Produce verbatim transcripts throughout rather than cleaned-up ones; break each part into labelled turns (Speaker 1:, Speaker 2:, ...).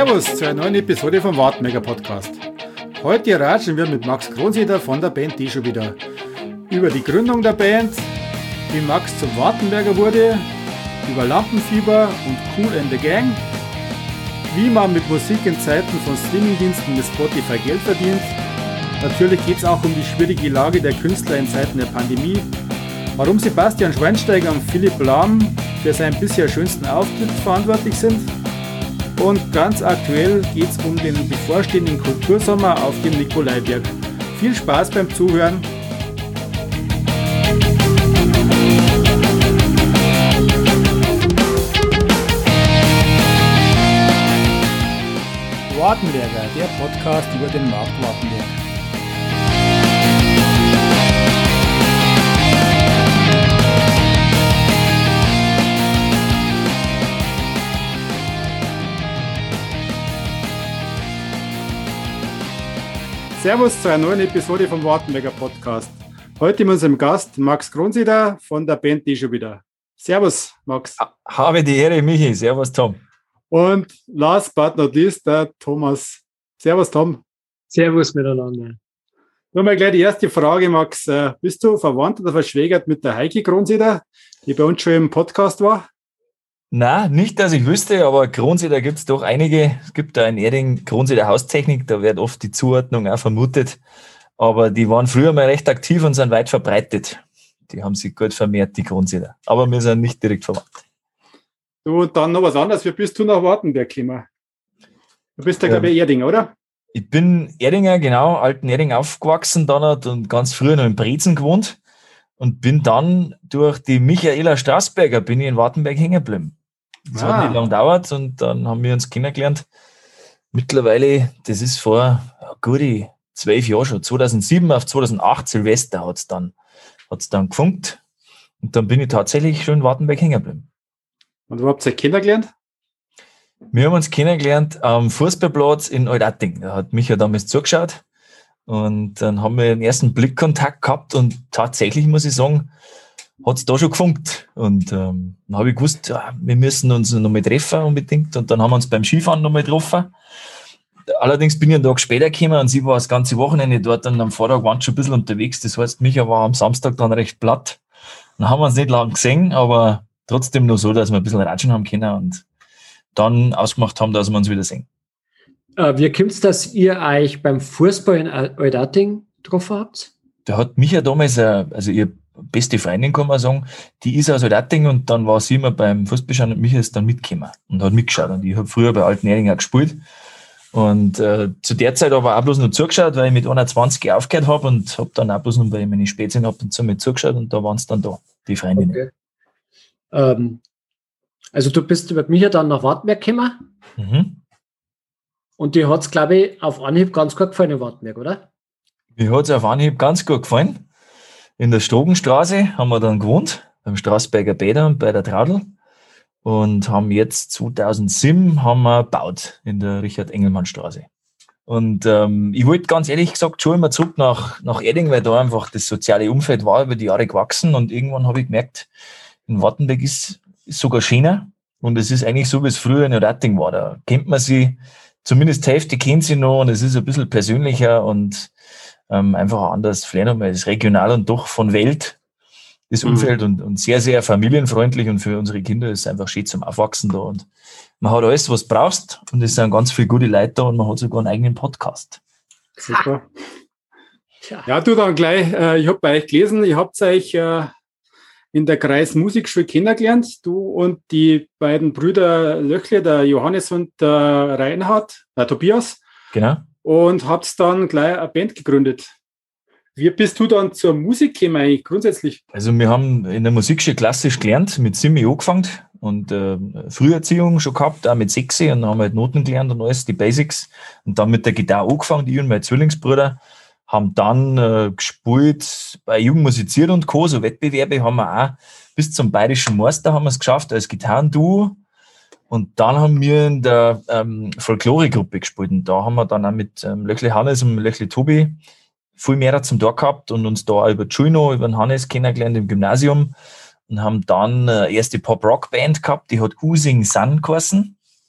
Speaker 1: Servus zu einer neuen Episode vom Wartenberger Podcast. Heute ratschen wir mit Max Kronsieder von der Band Die schon wieder über die Gründung der Band, wie Max zum Wartenberger wurde, über Lampenfieber und Kool and the Gang, wie man mit Musik in Zeiten von Streamingdiensten mit Spotify Geld verdient. Natürlich geht es auch um die schwierige Lage der Künstler in Zeiten der Pandemie, warum Sebastian Schweinsteiger und Philipp Lahm für seinen bisher schönsten Auftritt verantwortlich sind. Und ganz aktuell geht es um den bevorstehenden Kultursommer auf dem Nikolaiberg. Viel Spaß beim Zuhören. Wartenberger, der Podcast über den Markt Wartenberg. Servus zu einer neuen Episode vom Wartenberger Podcast. Heute mit unserem Gast Max Kronsieder von der Band Die schon wieder. Servus, Max.
Speaker 2: Habe die Ehre, Michi. Servus, Tom.
Speaker 1: Und last but not least, der Thomas. Servus, Tom.
Speaker 3: Servus miteinander.
Speaker 1: Nur mal gleich die erste Frage, Max. Bist du verwandt oder verschwägert mit der Heike Kronsieder, die bei uns schon im Podcast war?
Speaker 2: Nein, nicht, dass ich wüsste, aber Kronsieder gibt es doch einige. Es gibt da in Erding Kronsieder Haustechnik, da wird oft die Zuordnung auch vermutet. Aber die waren früher mal recht aktiv und sind weit verbreitet. Die haben sich gut vermehrt, die Kronsieder. Aber wir sind nicht direkt verwandt.
Speaker 1: Du, dann noch was anderes. Wie bist du nach Wartenberg gekommen? Du bist ja, ähm, glaube ich, Erding, oder?
Speaker 2: Ich bin Erdinger, genau, alten Erding aufgewachsen dann hat und ganz früher noch in Brezen gewohnt. Und bin dann durch die Michaela Straßberger bin ich in Wartenberg hängen geblieben. Das ah. hat nicht lange gedauert und dann haben wir uns kennengelernt. Mittlerweile, das ist vor ja, gute zwölf Jahren schon, zweitausendsieben auf zweitausendacht Silvester hat es dann, hat's dann gefunkt. Und dann bin ich tatsächlich schon in Wartenberg hängen geblieben.
Speaker 1: Und wo habt ihr euch kennengelernt?
Speaker 2: Wir haben uns kennengelernt am Fußballplatz in Altatting. Da hat Micha damals zugeschaut. Und dann haben wir den ersten Blickkontakt gehabt und tatsächlich, muss ich sagen, hat es da schon gefunkt. Und ähm, dann habe ich gewusst, ja, wir müssen uns noch mal treffen unbedingt. Und dann haben wir uns beim Skifahren noch mal getroffen. Allerdings bin ich einen Tag später gekommen und sie war das ganze Wochenende dort und am Vortag waren schon ein bisschen unterwegs. Das heißt, Micha war am Samstag dann recht platt. Dann haben wir uns nicht lange gesehen, aber trotzdem nur so, dass wir ein bisschen ratschen haben können und dann ausgemacht haben, dass wir uns wieder sehen.
Speaker 3: Wie kommt es, dass ihr euch beim Fußball in Altatting getroffen habt?
Speaker 2: Da hat Micha damals, also ihre beste Freundin, kann man sagen, die ist aus Altatting und dann war sie immer beim Fußballschauen und Micha ist dann mitgekommen und hat mitgeschaut. Und ich habe früher bei Alten Erding auch gespielt und äh, zu der Zeit aber auch bloß noch zugeschaut, weil ich mit einundzwanzig aufgehört habe und habe dann auch bloß noch bei meine Spätzchen ab und zu mit zugeschaut und da waren es dann da, die Freundinnen.
Speaker 3: Okay. Ähm, also du bist mit Micha dann nach Wartenberg gekommen?
Speaker 2: Mhm.
Speaker 3: Und dir hat es, glaube ich, auf Anhieb ganz gut gefallen in Wartenberg, oder?
Speaker 2: Mir hat es auf Anhieb ganz gut gefallen. In der Strogenstraße haben wir dann gewohnt, beim Straßberger Bäder und bei der Traudl. Und haben jetzt zweitausendsieben haben wir gebaut in der Richard-Engelmann-Straße. Und ähm, ich wollte ganz ehrlich gesagt schon immer zurück nach, nach Erding, weil da einfach das soziale Umfeld war über die Jahre gewachsen. Und irgendwann habe ich gemerkt, in Wartenberg ist, ist sogar schöner. Und es ist eigentlich so, wie es früher in Altatting war. Da kennt man sie. Zumindest die Hälfte kennt sie noch und es ist ein bisschen persönlicher und ähm, einfach anders. Vielleicht nochmal das regional und doch von Welt, das Umfeld mhm. und, und sehr, sehr familienfreundlich und für unsere Kinder ist es einfach schön zum Aufwachsen da und man hat alles, was du brauchst und es sind ganz viele gute Leute da und man hat sogar einen eigenen Podcast.
Speaker 1: Super. Ja, du dann gleich, äh, ich habe bei euch gelesen, ihr habt euch äh, in der Kreis Musikschule kennengelernt, du und die beiden Brüder Löchle, der Johannes und der Reinhard, der Tobias.
Speaker 2: Genau.
Speaker 1: Und habt dann gleich eine Band gegründet. Wie bist du dann zur Musik gekommen eigentlich grundsätzlich?
Speaker 2: Also wir haben in der Musikschule klassisch gelernt, mit Simi angefangen und äh, Früherziehung schon gehabt, auch mit sechs und dann haben wir halt Noten gelernt und alles, die Basics. Und dann mit der Gitarre angefangen, ich und mein Zwillingsbruder. Haben dann äh, gespielt bei Jugend musiziert und Co. So Wettbewerbe haben wir auch bis zum Bayerischen Meister haben wir es geschafft als Gitarrenduo. Und dann haben wir in der ähm, Folklore-Gruppe gespielt. Und da haben wir dann auch mit ähm, Löchle Hannes und Löchle Tobi viel mehr zum Tor gehabt und uns da auch über die Schule noch, über den Hannes kennengelernt im Gymnasium. Und haben dann eine erste Pop-Rock-Band gehabt, die hat Using Sun geheißen.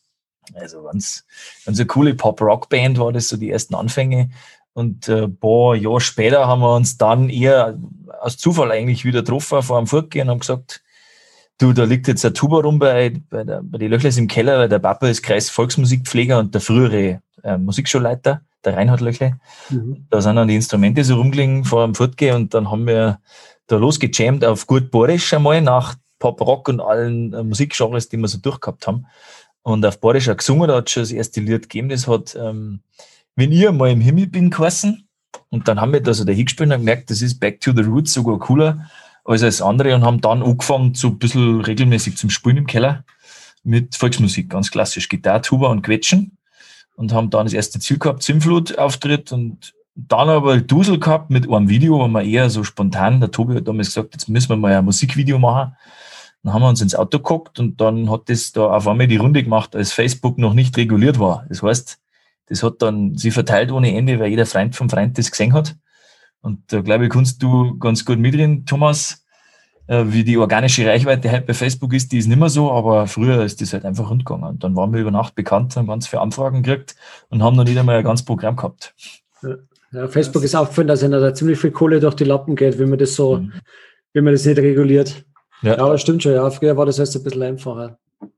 Speaker 2: Also ganz, ganz eine coole Pop-Rock-Band war das, so die ersten Anfänge. Und ein äh, paar Jahre später haben wir uns dann eher aus Zufall eigentlich wieder getroffen vor einem Fortgehen und haben gesagt, du, da liegt jetzt ein Tuba rum bei, bei, der, bei den Löchlers im Keller, weil der Papa ist Kreis-Volksmusikpfleger und der frühere äh, Musikschulleiter, der Reinhard Löchle. Mhm. Da sind dann die Instrumente so rumgelegen vor dem Fortgehen und dann haben wir da losgejammt auf gut Borisch einmal nach Pop-Rock und allen äh, Musikgenres, die wir so durchgehabt haben. Und auf Borisch auch gesungen, da hat schon das erste Lied gegeben, das hat ähm, Wenn ich mal im Himmel bin geheißen. Und dann haben wir da so da hingespielt und gemerkt, das ist Back to the Roots sogar cooler als das andere und haben dann angefangen, so ein bisschen regelmäßig zum Spielen im Keller mit Volksmusik, ganz klassisch, Gitarre, Tuba und Quetschen. Und haben dann das erste Ziel gehabt, Zimtflut-Auftritt und dann aber Dusel gehabt mit einem Video, wo wir eher so spontan, der Tobi hat damals gesagt, jetzt müssen wir mal ein Musikvideo machen. Dann haben wir uns ins Auto geguckt und dann hat das da auf einmal die Runde gemacht, als Facebook noch nicht reguliert war. Das heißt, das hat dann sie verteilt ohne Ende, weil jeder Freund vom Freund das gesehen hat. Und da glaube ich, kannst du ganz gut mitreden, Thomas, äh, wie die organische Reichweite halt bei Facebook ist, die ist nicht mehr so, aber früher ist das halt einfach rundgegangen. Und dann waren wir über Nacht bekannt, haben ganz viele Anfragen gekriegt und haben noch nicht einmal ein ganzes Programm gehabt.
Speaker 3: Ja, ja, Facebook ist aufgefallen, dass ihnen da ziemlich viel Kohle durch die Lappen geht, wenn man das so, mhm. wenn man das nicht reguliert. Ja, ja, das stimmt schon, ja. Früher war das alles ein bisschen einfacher.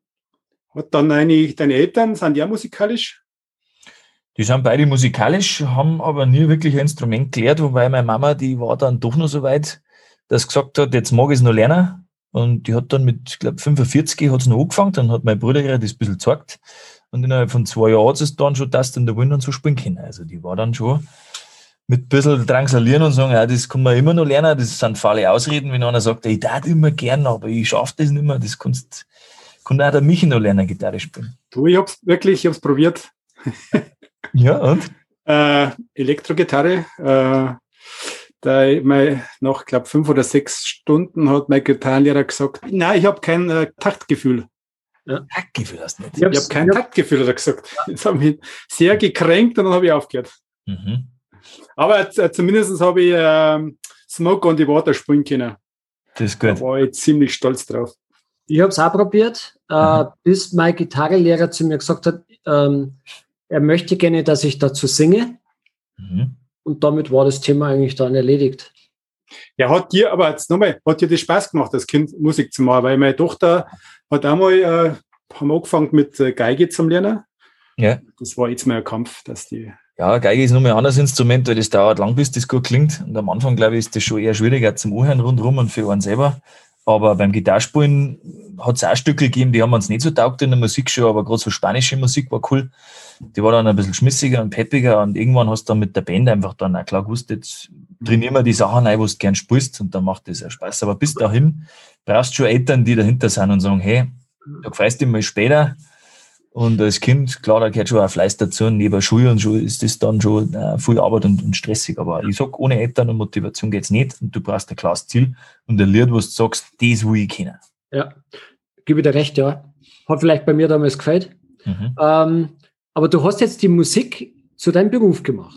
Speaker 1: Hat dann eigentlich deine Eltern, sind die auch musikalisch?
Speaker 2: Die sind beide musikalisch, haben aber nie wirklich ein Instrument gelernt, wobei meine Mama, die war dann doch noch so weit, dass sie gesagt hat, jetzt mag ich es noch lernen. Und die hat dann mit, ich glaube, fünfundvierzig hat es noch angefangen, dann hat mein Bruder ihr das ein bisschen gezeigt. Und innerhalb von zwei Jahren hat sie es dann schon das in der Wind und so spielen können. Also die war dann schon mit ein bisschen drangsalieren und sagen, ja, das kann man immer noch lernen, das sind faule Ausreden, wenn einer sagt, ich darf immer gern, aber ich schaffe das nicht mehr, das kannst, kann auch der Michi noch lernen, Gitarre spielen.
Speaker 1: Du, ich hab's wirklich, ich hab's probiert.
Speaker 2: Ja, und?
Speaker 1: Äh, Elektrogitarre, äh, da mein, nach, glaube fünf oder sechs Stunden hat mein Gitarrenlehrer gesagt, nein, ich habe kein äh, Taktgefühl.
Speaker 2: Ja. Taktgefühl hast du nicht?
Speaker 1: Ich habe kein hab... Taktgefühl, hat er gesagt. Das hat mich sehr gekränkt und dann habe ich aufgehört. Mhm. Aber äh, zumindest habe ich äh, Smoke on the Water spielen können.
Speaker 2: Das ist gut.
Speaker 1: Da war ich ziemlich stolz drauf.
Speaker 3: Ich habe es auch probiert, mhm. äh, bis mein Gitarrenlehrer zu mir gesagt hat, ähm, er möchte gerne, dass ich dazu singe. Mhm. Und damit war das Thema eigentlich dann erledigt.
Speaker 1: Ja, hat dir, aber jetzt nochmal, hat dir das Spaß gemacht, als Kind Musik zu machen? Weil meine Tochter hat auch mal, äh, haben angefangen mit äh, Geige zum Lernen.
Speaker 2: Ja.
Speaker 1: Das war jetzt mal ein Kampf, dass die...
Speaker 2: Ja, Geige ist nochmal ein anderes Instrument, weil das dauert lang, bis das gut klingt. Und am Anfang, glaube ich, ist das schon eher schwieriger zum Anhören rundherum und für einen selber. Aber beim Gitarrespielen hat es auch Stücke gegeben, die haben uns nicht so taugt in der Musik schon, aber gerade so spanische Musik war cool. Die war dann ein bisschen schmissiger und peppiger und irgendwann hast du dann mit der Band einfach dann auch klar gewusst, jetzt trainieren wir die Sachen ein, wo du gern spielst und dann macht das ja Spaß. Aber bis dahin brauchst du schon Eltern, die dahinter sind und sagen, hey, da freust du dich mal später. Und als Kind, klar, da gehört schon auch Fleiß dazu. Und neben Schule und so ist das dann schon äh, viel Arbeit und, und stressig. Aber ich sag, ohne Eltern und Motivation geht's nicht. Und du brauchst ein klares Ziel und ein Lied, wo du sagst, das will ich kennen.
Speaker 3: Ja, gebe ich dir recht, ja. Hat vielleicht bei mir damals gefällt. Mhm. Ähm, aber du hast jetzt die Musik zu deinem Beruf gemacht.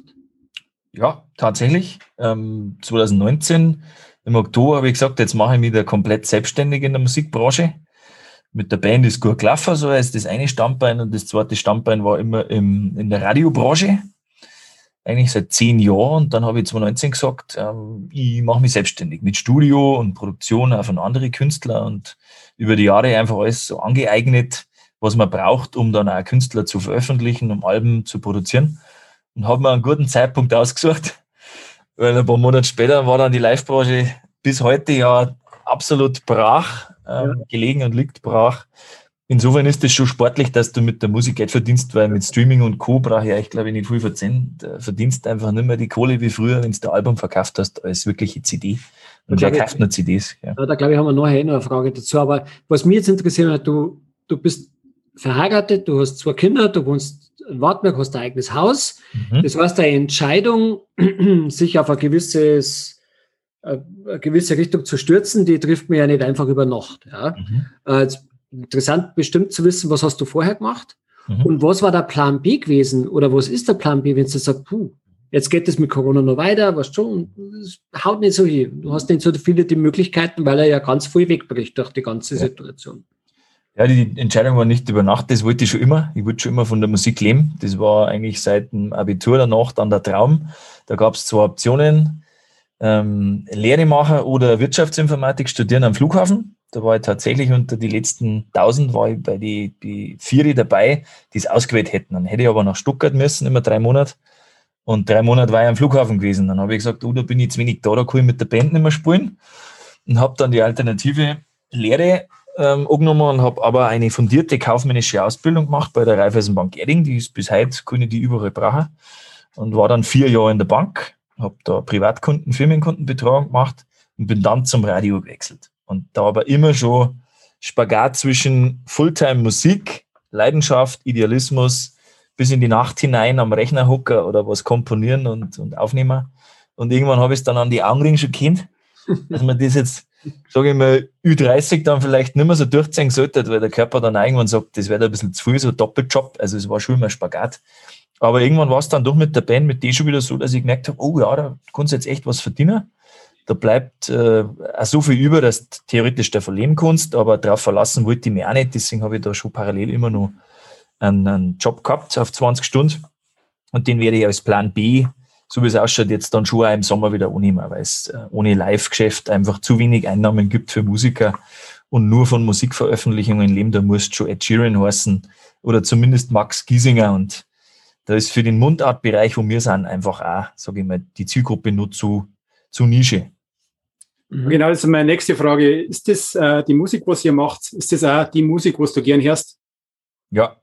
Speaker 2: Ja, tatsächlich. Ähm, zwanzig neunzehn im Oktober habe ich gesagt, jetzt mache ich mich da komplett selbstständig in der Musikbranche. Mit der Band ist gut gelaufen, so als das eine Standbein, und das zweite Standbein war immer im, in der Radiobranche. Eigentlich seit zehn Jahren. Und dann habe ich zwanzig neunzehn gesagt, ähm, ich mache mich selbstständig mit Studio und Produktion auch von anderen Künstlern und über die Jahre einfach alles so angeeignet, was man braucht, um dann auch Künstler zu veröffentlichen, um Alben zu produzieren. Und habe mir einen guten Zeitpunkt ausgesucht, weil ein paar Monate später war dann die Live-Branche bis heute ja absolut brach ähm, ja. gelegen und liegt brach. Insofern ist es schon sportlich, dass du mit der Musik Geld verdienst, weil mit Streaming und Co. brauche ich eigentlich, glaube ich, nicht viel verdienen. Da verdienst einfach nicht mehr die Kohle wie früher, wenn du ein Album verkauft hast, als wirkliche C D. Und wer kauft nur C Ds? Ja.
Speaker 3: Ja, da glaube ich, haben wir nachher noch eine Frage dazu. Aber was mich jetzt interessiert hat, du, du bist verheiratet, du hast zwei Kinder, du wohnst in Wartberg, hast ein eigenes Haus. Mhm. Das heißt, eine Entscheidung, sich auf ein gewisses, eine gewisse Richtung zu stürzen, die trifft mir ja nicht einfach über Nacht. Ja. Mhm. Äh, interessant bestimmt zu wissen, was hast du vorher gemacht? Mhm. Und was war der Plan B gewesen? Oder was ist der Plan B, wenn du sagst, puh, jetzt geht es mit Corona noch weiter, weißt du, und es haut nicht so hin. Du hast nicht so viele die Möglichkeiten, weil er ja ganz viel wegbricht durch die ganze ja. Situation.
Speaker 2: Ja, die Entscheidung war nicht über Nacht, das wollte ich schon immer. Ich wollte schon immer von der Musik leben. Das war eigentlich seit dem Abitur danach dann der Traum. Da gab es zwei Optionen, ähm, Lehre machen oder Wirtschaftsinformatik studieren am Flughafen. Da war ich tatsächlich unter die letzten tausend, war ich bei die, die Vieri dabei, die es ausgewählt hätten. Dann hätte ich aber nach Stuttgart müssen, immer drei Monate. Und drei Monate war ich am Flughafen gewesen. Dann habe ich gesagt, oh, da bin ich zu wenig da, da kann ich mit der Band nicht mehr spielen. Und habe dann die alternative Lehre ähm, angenommen und habe aber eine fundierte kaufmännische Ausbildung gemacht bei der Raiffeisenbank Erding. Die ist bis heute, kann ich die überall brauchen. Und war dann vier Jahre in der Bank, habe da Privatkunden, Firmenkundenbetreuung gemacht und bin dann zum Radio gewechselt. Und da aber immer schon Spagat zwischen Fulltime-Musik, Leidenschaft, Idealismus, bis in die Nacht hinein am Rechner hocken oder was komponieren und, und aufnehmen. Und irgendwann habe ich es dann an die Augenringe schon kennt, dass man das jetzt, sage ich mal, Ü dreißig dann vielleicht nicht mehr so durchziehen sollte, weil der Körper dann irgendwann sagt, das wäre ein bisschen zu viel, so Doppeljob. Also es war schon immer Spagat. Aber irgendwann war es dann doch mit der Band, mit die schon wieder so, dass ich gemerkt habe, oh ja, da kannst du jetzt echt was verdienen. Da bleibt äh, auch so viel über, dass du theoretisch davon leben kannst, aber darauf verlassen wollte ich mich auch nicht. Deswegen habe ich da schon parallel immer noch einen, einen Job gehabt auf zwanzig Stunden. Und den werde ich als Plan B, so wie es ausschaut, jetzt dann schon auch im Sommer wieder annehmen, weil es äh, ohne Live-Geschäft einfach zu wenig Einnahmen gibt für Musiker und nur von Musikveröffentlichungen leben. Da musst du schon Ed Sheeran heißen oder zumindest Max Giesinger. Und da ist für den Mundartbereich, wo wir sind, einfach auch, sage ich mal, die Zielgruppe nur zu, zu Nische.
Speaker 1: Genau, das ist meine nächste Frage. Ist das äh, die Musik, was ihr macht, ist das auch die Musik, was du gern hörst?
Speaker 2: Ja,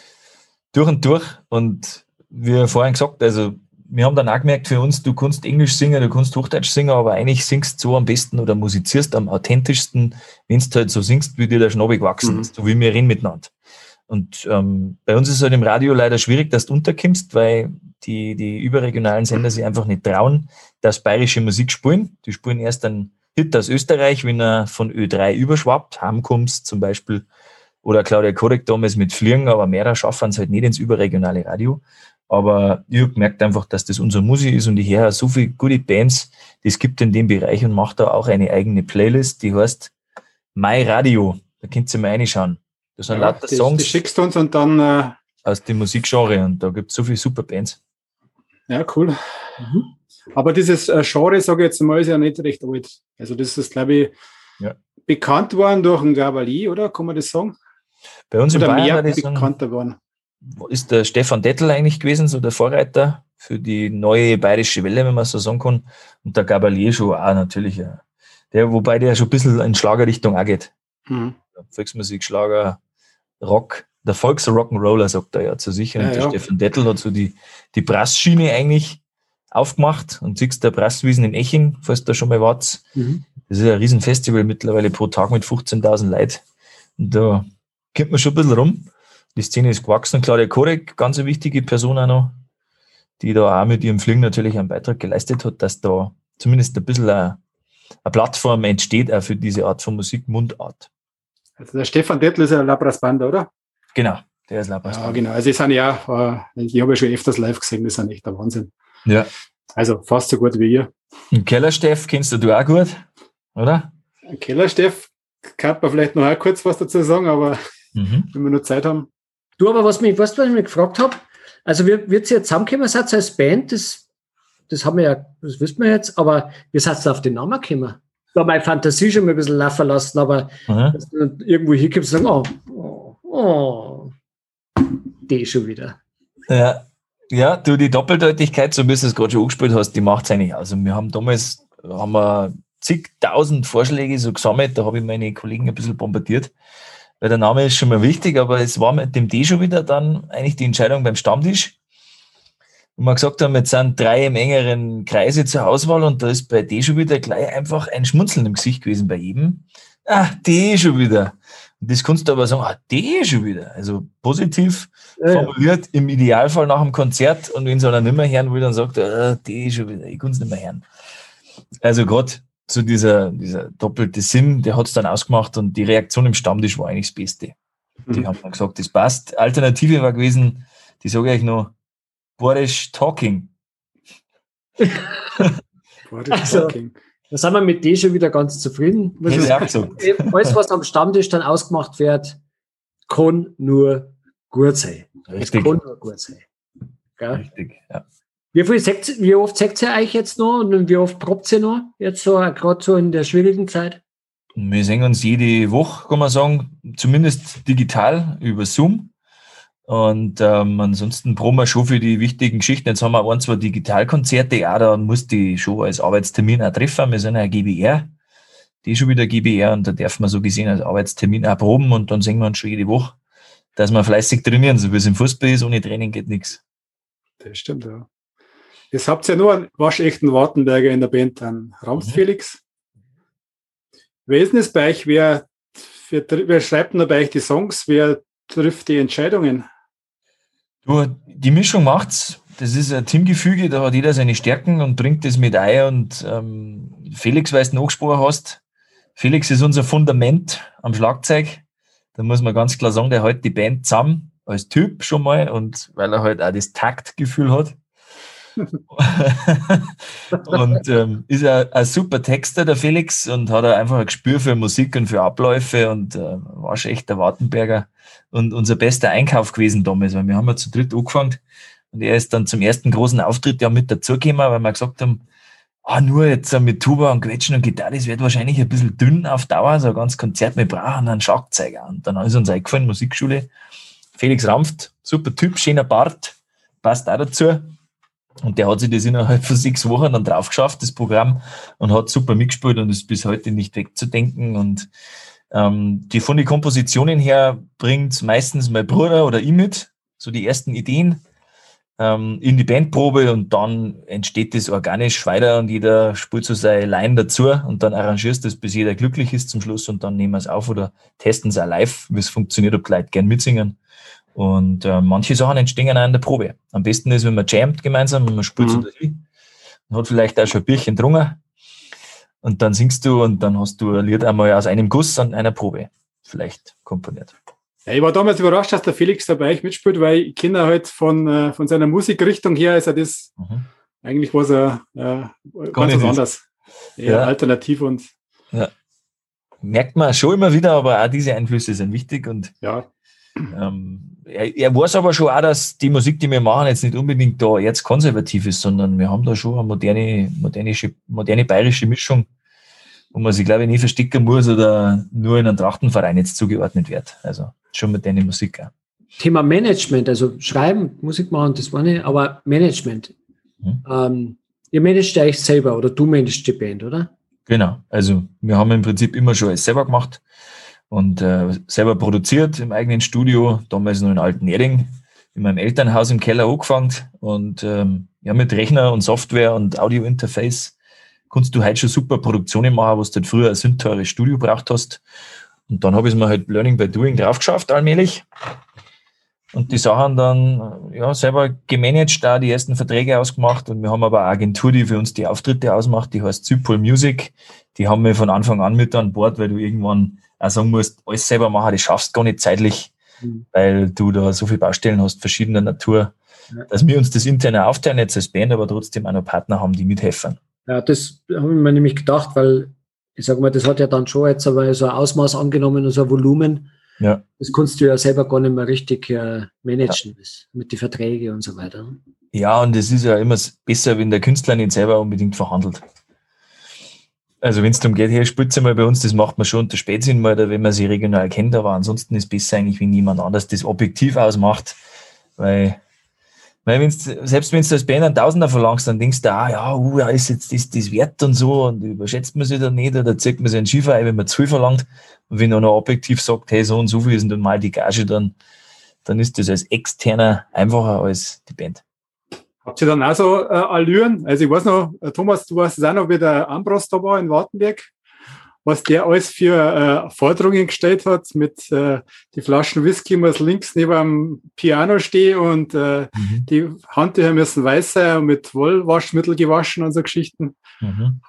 Speaker 2: durch und durch. Und wie vorhin gesagt, also wir haben dann auch gemerkt für uns, du kannst Englisch singen, du kannst Hochdeutsch singen, aber eigentlich singst du so am besten oder musizierst am authentischsten, wenn du halt so singst, wie dir der Schnabel gewachsen ist, mhm. so wie wir reden miteinander. Und ähm, bei uns ist es halt im Radio leider schwierig, dass du unterkommst, weil die, die überregionalen Sender sich einfach nicht trauen, dass bayerische Musik spielen. Die spielen erst einen Hit aus Österreich, wenn er von Ö drei überschwappt, Heimkommst zum Beispiel, oder Claudia Korek damals mit Fliegen, aber mehr schaffen es halt nicht ins überregionale Radio. Aber ich habe gemerkt einfach, dass das unsere Musik ist und ich höre so viele gute Bands, die es gibt in dem Bereich und mache da auch eine eigene Playlist, die heißt My Radio. Da könnt ihr mal reinschauen. Da sind
Speaker 1: ja,
Speaker 2: lauter das, Songs.
Speaker 1: Das schickst du uns und dann äh
Speaker 2: aus dem Musikgenre und da gibt es so viele super Bands.
Speaker 1: Ja, cool. Mhm. Aber dieses äh, Genre, sage ich jetzt mal, ist ja nicht recht alt. Also das ist, glaube ich, ja. bekannt worden durch einen Gabalier, oder? Kann man das sagen?
Speaker 2: Bei uns
Speaker 1: oder
Speaker 2: in Bayern
Speaker 1: mehr bekannter worden.
Speaker 2: Ist der Stefan Dettel eigentlich gewesen, so der Vorreiter für die neue bayerische Welle, wenn man so sagen kann. Und der Gabalier schon auch natürlich. Ja. Der, wobei der schon ein bisschen in Schlagerrichtung auch geht. Mhm. Volksmusik, Schlager, Rock. Der Volks-Rock'n'Roller, sagt er ja zu sich. Und ja, der ja. Stefan Dettel hat so die, die Brassschiene eigentlich aufgemacht. Und siehst der Brasswiesen in Eching, falls da schon mal wart. Mhm. Das ist ein Riesenfestival mittlerweile pro Tag mit fünfzehntausend Leuten. Und da kommt man schon ein bisschen rum. Die Szene ist gewachsen. Claudia Korek, ganz eine wichtige Person auch noch, die da auch mit ihrem Fliegen natürlich einen Beitrag geleistet hat, dass da zumindest ein bisschen eine, eine Plattform entsteht, auch für diese Art von Musik, Mundart.
Speaker 1: Also der Stefan Dettel ist ja Labras Banda, oder?
Speaker 2: Genau, der ist Labras Banda.
Speaker 1: Ja, genau. Also ich sind ja, äh, ich habe ja schon öfters live gesehen, das ist ein echter Wahnsinn.
Speaker 2: Ja.
Speaker 1: Also fast so gut wie ihr.
Speaker 2: Und Kellersteff kennst du auch gut, oder?
Speaker 1: Kellersteff kann man vielleicht noch auch kurz was dazu sagen, aber mhm. wenn wir nur Zeit haben.
Speaker 3: Du, aber was mich, weißt du, was ich mich gefragt habe? Also wir, wir jetzt zusammengekommen seid als Band, das, das haben wir ja, das wissen wir jetzt, aber wie seid ihr auf den Namen gekommen? Da meine Fantasie schon mal ein bisschen laufen lassen, aber mhm. dass du irgendwo hinkommst und sagen, oh, oh, oh, die schon wieder.
Speaker 2: Ja, ja, du, die Doppeldeutigkeit, so wie du es gerade schon angespielt hast, die macht es eigentlich aus. Also wir haben damals, haben wir zigtausend Vorschläge so gesammelt, da habe ich meine Kollegen ein bisschen bombardiert. Weil der Name ist schon mal wichtig, aber es war mit dem D schon wieder dann eigentlich die Entscheidung beim Stammtisch. Und wir gesagt haben, jetzt sind drei im engeren Kreise zur Auswahl und da ist bei D schon wieder gleich einfach ein Schmunzeln im Gesicht gewesen bei jedem. Ah, D schon wieder. Und das kannst du aber sagen, ah, D schon wieder. Also positiv ja, formuliert, ja. Im Idealfall nach dem Konzert und wenn es einer nicht mehr hören will, dann sagt er, ah, D schon wieder, ich kann es nicht mehr hören. Also gerade so dieser, dieser doppelte Sinn, der hat es dann ausgemacht und die Reaktion im Stammtisch war eigentlich das Beste. Mhm. Die haben dann gesagt, das passt. Alternative war gewesen, die sage ich noch, Boris Talking.
Speaker 3: Boris also, Talking. Da sind wir mit dem schon wieder ganz zufrieden.
Speaker 2: Das ist auch gesagt.
Speaker 3: Alles, was am Stammtisch dann ausgemacht wird, kann nur gut sein.
Speaker 2: Richtig.
Speaker 3: Es kann nur gut sein. Gell?
Speaker 2: Richtig, ja.
Speaker 3: Wie, viel seht, wie oft seht ihr euch jetzt noch und wie oft probt ihr noch? Jetzt so, gerade so in der schwierigen Zeit?
Speaker 2: Wir sehen uns jede Woche, kann man sagen, zumindest digital über Zoom. Und ähm, ansonsten proben wir schon für die wichtigen Geschichten. Jetzt haben wir ein, zwei Digitalkonzerte, ja, da muss die schon als Arbeitstermin auch treffen. Wir sind ja G B R, die ist schon wieder G B R und da darf man so gesehen als Arbeitstermin auch proben und dann sehen wir uns schon jede Woche, dass wir fleißig trainieren, so wie es im Fußball ist, ohne Training geht nichts.
Speaker 1: Das stimmt, ja. Jetzt habt ihr ja nur einen waschechten Wartenberger in der Band, einen Ramst mhm. Felix. Wer ist denn das bei euch? Wer, wer, wer schreibt denn bei euch die Songs? Wer trifft die Entscheidungen?
Speaker 2: Du, die Mischung macht's. Das ist ein Teamgefüge, da hat jeder seine Stärken und bringt das mit ein. Und ähm, Felix, weil du ihn angesprochen hast, Felix ist unser Fundament am Schlagzeug. Da muss man ganz klar sagen, der hält die Band zusammen, als Typ schon mal und weil er halt auch das Taktgefühl hat. und ähm, ist ein, ein super Texter, der Felix, und hat einfach ein Gespür für Musik und für Abläufe und äh, war schon echt der Wartenberger und unser bester Einkauf gewesen damals, weil wir haben ja zu dritt angefangen und er ist dann zum ersten großen Auftritt ja mit dazugekommen, weil wir gesagt haben, ah, nur jetzt mit Tuba und Quetschen und Gitarre, das wird wahrscheinlich ein bisschen dünn auf Dauer, so ein ganz Konzert, wir brauchen einen Schlagzeuger. Und dann ist uns eingefallen, Musikschule, Felix Ramft, super Typ, schöner Bart, passt auch dazu. Und der hat sich das innerhalb von sechs Wochen dann drauf geschafft, das Programm, und hat super mitgespielt und ist bis heute nicht wegzudenken. Und ähm, die von den Kompositionen her bringt meistens mein Bruder oder ich mit, so die ersten Ideen ähm, in die Bandprobe, und dann entsteht das organisch weiter und jeder spielt so seine Line dazu und dann arrangierst du das, bis jeder glücklich ist zum Schluss, und dann nehmen wir es auf oder testen es auch live, wie es funktioniert, ob die Leute gern mitsingen. Und äh, manche Sachen entstehen auch in der Probe. Am besten ist, wenn man jammt gemeinsam, man spielt so mhm. und hat vielleicht auch schon ein Bierchen getrunken und dann singst du und dann hast du ein Lied einmal aus einem Guss an einer Probe vielleicht komponiert.
Speaker 1: Ja, ich war damals überrascht, dass der Felix dabei mitspielt, weil ich kenne halt von, äh, von seiner Musikrichtung her, ist er das mhm. eigentlich was er äh, ganz was anderes. Eher ja. alternativ und
Speaker 2: ja. Merkt man schon immer wieder, aber auch diese Einflüsse sind wichtig und
Speaker 1: ja.
Speaker 2: Ähm, er, er weiß aber schon auch, dass die Musik, die wir machen, jetzt nicht unbedingt da jetzt konservativ ist, sondern wir haben da schon eine moderne, moderne, moderne bayerische Mischung, wo man sich, glaube ich, nie verstecken muss oder nur in einen Trachtenverein jetzt zugeordnet wird. Also schon moderne Musik auch.
Speaker 3: Thema Management, also Schreiben, Musik machen, das war nicht, aber Management. Hm. Ähm, ihr managt euch selber oder du managst die Band, oder?
Speaker 2: Genau, also wir haben im Prinzip immer schon alles selber gemacht. Und äh, selber produziert im eigenen Studio, damals noch in Altenerding, in meinem Elternhaus im Keller angefangen. Und ähm, ja, mit Rechner und Software und Audio-Interface kannst du heute schon super Produktionen machen, was du halt früher ein sündteures Studio braucht hast. Und dann habe ich es mir halt Learning by Doing drauf geschafft, allmählich. Und die Sachen dann ja, selber gemanagt, da die ersten Verträge ausgemacht. Und wir haben aber eine Agentur, die für uns die Auftritte ausmacht, die heißt Südpol Music. Die haben wir von Anfang an mit an Bord, weil du irgendwann auch sagen musst, alles selber machen, das schaffst du gar nicht zeitlich, mhm. weil du da so viele Baustellen hast, verschiedener Natur, ja. dass wir uns das interne aufteilen jetzt als Band, aber trotzdem auch noch Partner haben, die mithelfen.
Speaker 3: Ja, das habe ich mir nämlich gedacht, weil ich sage mal, das hat ja dann schon jetzt aber so ein Ausmaß angenommen, so ein Volumen.
Speaker 2: Ja.
Speaker 3: Das kannst du ja selber gar nicht mehr richtig äh, managen, ja. mit den Verträgen und so weiter.
Speaker 2: Ja, und es ist ja immer besser, wenn der Künstler nicht selber unbedingt verhandelt. Also wenn es darum geht, hier spielt mal bei uns, das macht man schon unter Spätsinn mal, oder wenn man sie regional kennt, aber ansonsten ist es besser eigentlich, wenn jemand anders das objektiv ausmacht, weil, weil wenn's, selbst wenn du als Band einen Tausender verlangst, dann denkst du, ah ja, uh, ist jetzt das, das wert und so, und überschätzt man sich da nicht, oder zieht man sich einen Schiefer ein, wenn man zu viel verlangt, und wenn einer objektiv sagt, hey, so und so viel ist dann mal die Gage, dann, dann ist das als Externer einfacher als die Band.
Speaker 1: Habt ihr dann auch so äh, Allüren? Also ich weiß noch, Thomas, du weißt es auch noch, wie der Ambros da war in Wartenberg, was der alles für äh, Forderungen gestellt hat, mit äh, die Flaschen Whisky muss links neben dem Piano stehen und äh, mhm. die Handtücher müssen weiß sein und mit Wollwaschmittel gewaschen und so Geschichten.
Speaker 2: Mhm.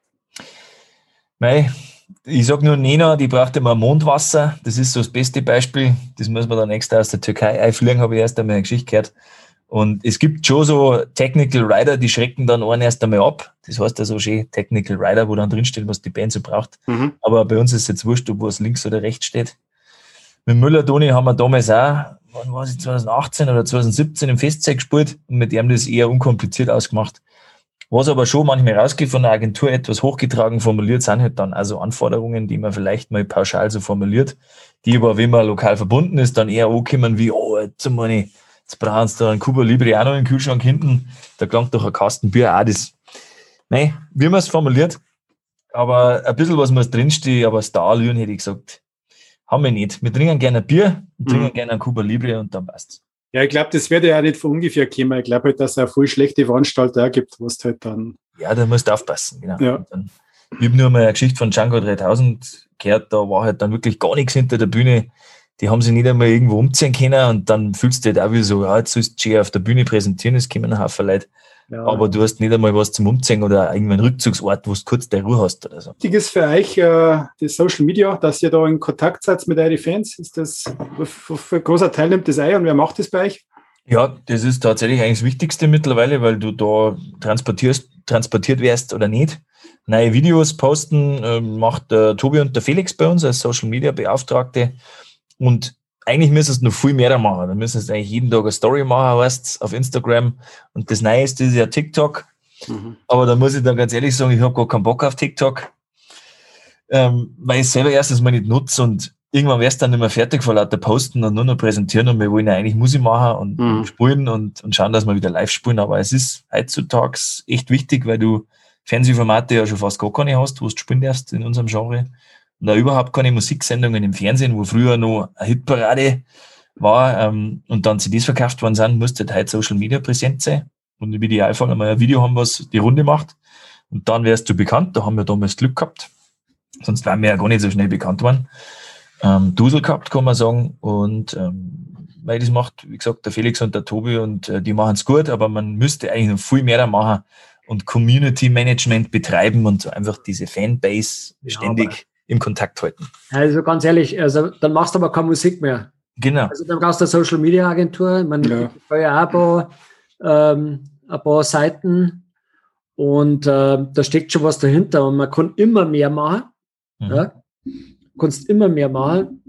Speaker 2: Mei, ich sag nur Nena, die braucht immer Mondwasser, das ist so das beste Beispiel, das muss man dann extra aus der Türkei einfliegen, habe ich erst einmal eine Geschichte gehört. Und es gibt schon so Technical Writer, die schrecken dann einen erst einmal ab. Das heißt also schön Technical Writer, wo dann drinsteht, was die Band so braucht. Mhm. Aber bei uns ist es jetzt wurscht, ob was links oder rechts steht. mit Müller-Toni haben wir damals auch, wann war es, zwanzig achtzehn oder zwanzig siebzehn im Festzeit gespielt und mit dem das eher unkompliziert ausgemacht. Was aber schon manchmal rausgeht von der Agentur etwas hochgetragen formuliert, sind halt dann also Anforderungen, die man vielleicht mal pauschal so formuliert, die aber, wenn man lokal verbunden ist, dann eher ankommen wie, oh, jetzt, meine, jetzt brauchen sie da einen Cuba Libre auch noch im Kühlschrank hinten, da klangt doch ein Kasten Bier auch das. Nein, wie man es formuliert, aber ein bisschen was muss drinstehen, aber Starlüren hätte ich gesagt, haben wir nicht. Wir trinken gerne ein Bier, wir trinken mhm. gerne ein Cuba Libre und dann passt's.
Speaker 1: Ja, ich glaube, das wird ja auch nicht von ungefähr kommen. Ich glaube halt, dass es auch voll schlechte Veranstalter auch gibt, wo es halt dann...
Speaker 2: Ja, da musst du aufpassen, genau.
Speaker 1: Ja.
Speaker 2: Dann, ich habe nur mal eine Geschichte von Django dreitausend gehört, da war halt dann wirklich gar nichts hinter der Bühne. Die haben sich nicht einmal irgendwo umziehen können und dann fühlst du halt auch wie so, ja, jetzt sollst du dich auf der Bühne präsentieren, es kommen ein Haufen Leute. Ja. Aber du hast nicht einmal was zum Umziehen oder irgendeinen Rückzugsort, wo du kurz deine Ruhe hast oder so.
Speaker 1: Wichtig ist für euch äh, das Social Media, dass ihr da in Kontakt seid mit euren Fans. Ist das, für ein großer Teil nimmt das ein und wer macht das bei euch?
Speaker 2: Ja, das ist tatsächlich eigentlich das Wichtigste mittlerweile, weil du da transportierst, transportiert wirst oder nicht. Neue Videos posten äh, macht der Tobi und der Felix bei uns als Social Media Beauftragte. Und eigentlich müsstest du noch viel mehr da machen. Da müsstest du eigentlich jeden Tag eine Story machen, weißt, auf Instagram. Und das Neueste ist ja TikTok. Mhm. Aber da muss ich dann ganz ehrlich sagen, ich habe gar keinen Bock auf TikTok. Ähm, weil ich selber erstens mal nicht nutze und irgendwann wärst du dann nicht mehr fertig vor lauter Posten und nur noch präsentieren und wir wollen ja eigentlich Musik machen und, mhm. und spielen und, und schauen, dass wir wieder live spielen. Aber es ist heutzutage echt wichtig, weil du Fernsehformate ja schon fast gar keine hast, wo du spielen darfst in unserem Genre. Und auch überhaupt keine Musiksendungen im Fernsehen, wo früher noch eine Hitparade war ähm, und dann C Ds verkauft worden sind, musste halt heute Social Media präsent sein und im Idealfall einmal ein Video haben, was die Runde macht. Und dann wärst du bekannt. Da haben wir damals Glück gehabt. Sonst wären wir ja gar nicht so schnell bekannt worden. Ähm, Dusel gehabt, kann man sagen. Und ähm, weil das macht, wie gesagt, der Felix und der Tobi und äh, die machen es gut, aber man müsste eigentlich noch viel mehr da machen und Community Management betreiben und so einfach diese Fanbase ja, ständig im Kontakt halten.
Speaker 3: Also ganz ehrlich, also dann machst du aber keine Musik mehr.
Speaker 2: Genau.
Speaker 3: Also dann brauchst du eine Social Media Agentur. Man ja. ja auch ein paar, ähm, ein paar Seiten und äh, da steckt schon was dahinter und man kann immer mehr machen. Mhm. Ja? Du kannst immer mehr machen.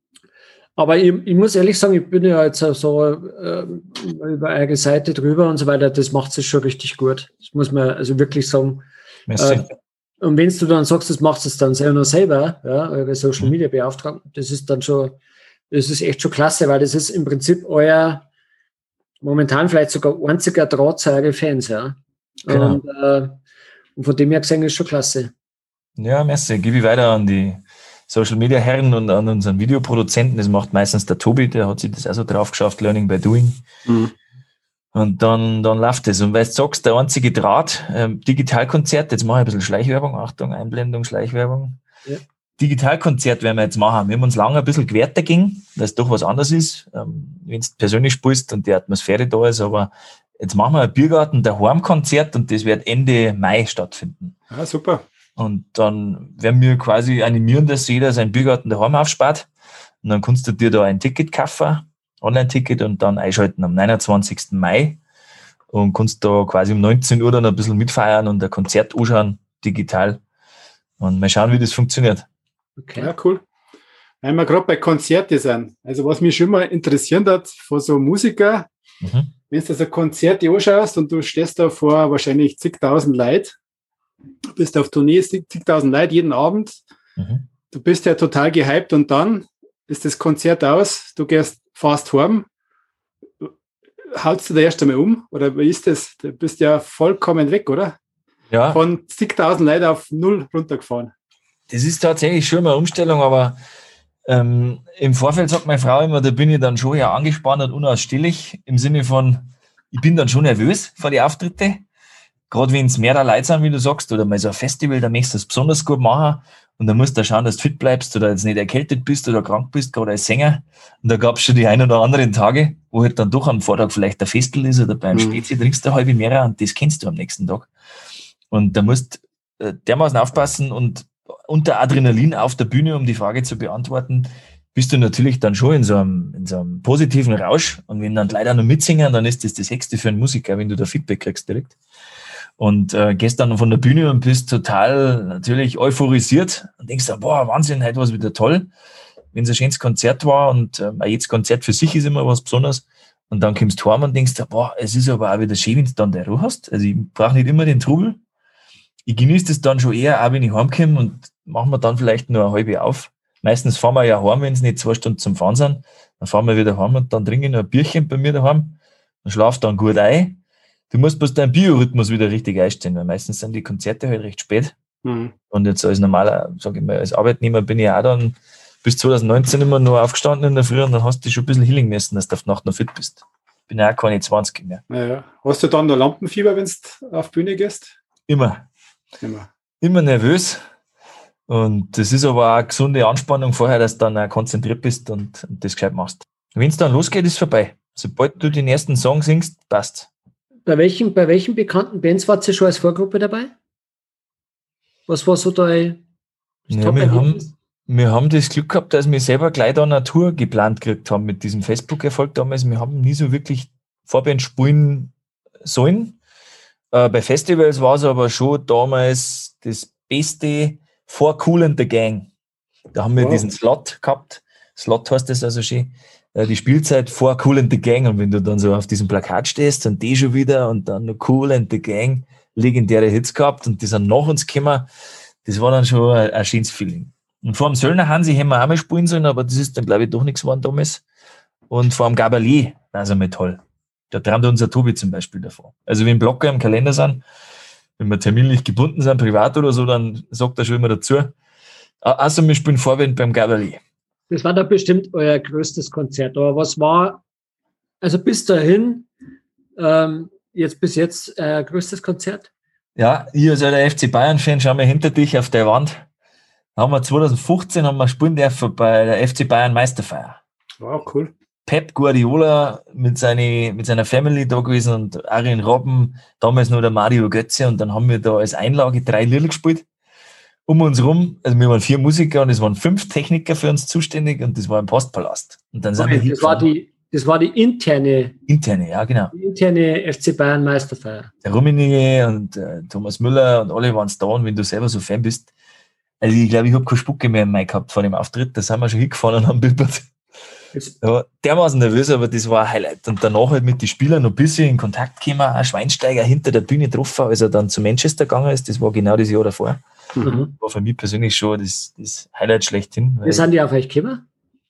Speaker 3: Aber ich, ich muss ehrlich sagen, ich bin ja jetzt so äh, über eure Seite drüber und so weiter, das macht es schon richtig gut. Das muss man also wirklich sagen. Merci. Äh, Und wenn du dann sagst, das machst du es dann selber, selber, ja, eure Social Media Beauftragten, das ist dann schon, das ist echt schon klasse, weil das ist im Prinzip euer, momentan vielleicht sogar einziger Draht zu euren Fans, ja. Genau. Und, äh, und von dem her gesehen ist schon klasse.
Speaker 2: Ja, merci. Gebe ich weiter an die Social Media Herren und an unseren Videoproduzenten. Das macht meistens der Tobi, der hat sich das auch so drauf geschafft, Learning by Doing. Mhm. Und dann, dann läuft es. Und weil du sagst, der einzige Draht, ähm, Digitalkonzert, jetzt mache ich ein bisschen Schleichwerbung, Achtung, Einblendung, Schleichwerbung. Ja. Digitalkonzert werden wir jetzt machen. Wir haben uns lange ein bisschen gewehrt dagegen, weil es doch was anderes ist, ähm, wenn du persönlich spielst und die Atmosphäre da ist, aber jetzt machen wir ein Biergarten, der Heimkonzert und das wird Ende Mai stattfinden.
Speaker 1: Ah, super.
Speaker 2: Und dann werden wir quasi animieren, dass jeder seinen Biergarten daheim aufspart und dann kannst du dir da ein Ticket kaufen, Online-Ticket und dann einschalten am neunundzwanzigsten Mai und kannst da quasi um neunzehn Uhr dann ein bisschen mitfeiern und ein Konzert anschauen, digital. Und mal schauen, wie das funktioniert.
Speaker 1: Okay. Ja, cool. Wenn wir gerade bei Konzerten sind, also was mich schon mal interessiert hat von so Musikern, mhm. wenn du so Konzerte anschaust und du stehst da vor wahrscheinlich zigtausend Leute, du bist auf Tournee, zigtausend Leute jeden Abend, mhm. du bist ja total gehypt und dann ist das Konzert aus, du gehst fast heim, haust du da erst einmal um? Oder wie ist das? Du bist ja vollkommen weg, oder?
Speaker 2: Ja.
Speaker 1: Von zigtausend Leuten auf null runtergefahren.
Speaker 2: Das ist tatsächlich schon eine Umstellung, aber ähm, im Vorfeld sagt meine Frau immer, da bin ich dann schon ja angespannt und unausstehlich, im Sinne von, ich bin dann schon nervös vor die Auftritte. Gerade wenn es mehrere Leute sind, wie du sagst, oder mal so ein Festival, da möchtest du es besonders gut machen. Und da musst du schauen, dass du fit bleibst oder jetzt nicht erkältet bist oder krank bist, gerade als Sänger. Und da gab es schon die ein oder anderen Tage, wo halt dann doch am Vortag vielleicht ein Festel ist oder beim mhm. Spezi trinkst du eine halbe mehr und das kennst du am nächsten Tag. Und da musst du dermaßen aufpassen und unter Adrenalin auf der Bühne, um die Frage zu beantworten, bist du natürlich dann schon in so einem, in so einem positiven Rausch. Und wenn dann leider noch mitsingen, dann ist das das Hexte für einen Musiker, wenn du da Feedback kriegst direkt. Und äh, gehst dann von der Bühne und bist total natürlich euphorisiert und denkst dann, boah, Wahnsinn, heute war es wieder toll. wenn es ein schönes Konzert war und ähm, jedes Konzert für sich ist immer was Besonderes und dann kommst du heim und denkst, boah, es ist aber auch wieder schön, wenn du dann der Ruhe hast. Also ich brauche nicht immer den Trubel. Ich genieße das dann schon eher, auch wenn ich heimkomme und machen wir dann vielleicht nur eine halbe auf. Meistens fahren wir ja heim, wenn es nicht zwei Stunden zum Fahren sind. Dann fahren wir wieder heim und dann trinke ich noch ein Bierchen bei mir daheim und schlafe dann gut ein. Du musst bloß deinen Biorhythmus wieder richtig einstellen, weil meistens sind die Konzerte halt recht spät. Mhm. Und jetzt als normaler, sage ich mal, als Arbeitnehmer bin ich auch dann bis zwanzig neunzehn immer nur aufgestanden in der Früh und dann hast du dich schon ein bisschen healing müssen, dass du auf die Nacht noch fit bist. Bin ja auch keine zwanzig mehr.
Speaker 1: Naja. Hast du dann noch Lampenfieber, wenn du auf die Bühne gehst?
Speaker 2: Immer.
Speaker 1: Immer.
Speaker 2: Immer nervös. Und das ist aber auch eine gesunde Anspannung vorher, dass du dann auch konzentriert bist und, und das gescheit machst. Wenn es dann losgeht, ist es vorbei. Sobald du den ersten Song singst, passt.
Speaker 3: Bei welchen, bei welchen bekannten Bands wart ihr schon als Vorgruppe dabei? Was war so dein
Speaker 2: ja, wir, haben, wir haben das Glück gehabt, dass wir selber gleich da eine Tour geplant gekriegt haben mit diesem Facebook-Erfolg damals. Wir haben nie so wirklich Vorband spielen sollen. Äh, bei Festivals war es aber schon damals das Beste vor Kool and the Gang. Da haben wir wow. diesen Slot gehabt. Slot heißt das also schön. Äh, die Spielzeit vor Kool and the Gang. Und wenn du dann so auf diesem Plakat stehst und die schon wieder und dann noch Kool and the Gang, legendäre Hits gehabt und die sind nach uns gekommen. Das war dann schon ein, ein schönes Feeling. Und vor dem Söllner Hansi hätten wir auch mal spielen sollen, aber das ist dann, glaube ich, doch nichts geworden damals. Und vor dem Gabalier, also mit toll. Da träumt unser Tobi zum Beispiel davon. Also wenn Blocker im Kalender sind, wenn wir terminlich gebunden sind, privat oder so, dann sagt er schon immer dazu. Also wir spielen Vorwand beim Gabalier.
Speaker 3: Das war da bestimmt euer größtes Konzert. Aber was war, also bis dahin, ähm, jetzt bis jetzt äh, größtes Konzert?
Speaker 2: Ja, ich als der F C Bayern-Fan, schau mal hinter dich auf der Wand. Da haben wir zwanzig fünfzehn haben wir spielen dürfen bei der F C Bayern Meisterfeier.
Speaker 1: Wow, cool.
Speaker 2: Pep Guardiola mit, seine, mit seiner Family da gewesen und Arjen Robben, damals noch der Mario Götze und dann haben wir da als Einlage drei Lieder gespielt. Um uns rum, also wir waren vier Musiker und es waren fünf Techniker für uns zuständig und das war im Postpalast. Und dann sind
Speaker 3: okay,
Speaker 2: wir
Speaker 3: das war die Das war die interne,
Speaker 2: interne, ja genau.
Speaker 3: Die interne F C Bayern Meisterfeier.
Speaker 2: Der Rummenigge und äh, Thomas Müller und alle waren da und wenn du selber so Fan bist, also ich glaube, ich habe keine Spucke mehr im Mai gehabt vor dem Auftritt, da sind wir schon hingefahren und haben bibbert. Ja, dermaßen nervös, aber das war ein Highlight. Und danach halt mit den Spielern noch ein bisschen in Kontakt gekommen, ein Schweinsteiger hinter der Bühne getroffen, als er dann zu Manchester gegangen ist, das war genau das Jahr davor. Mhm. War für mich persönlich schon das, das Highlight schlechthin.
Speaker 3: Wie sind die auf euch gekommen?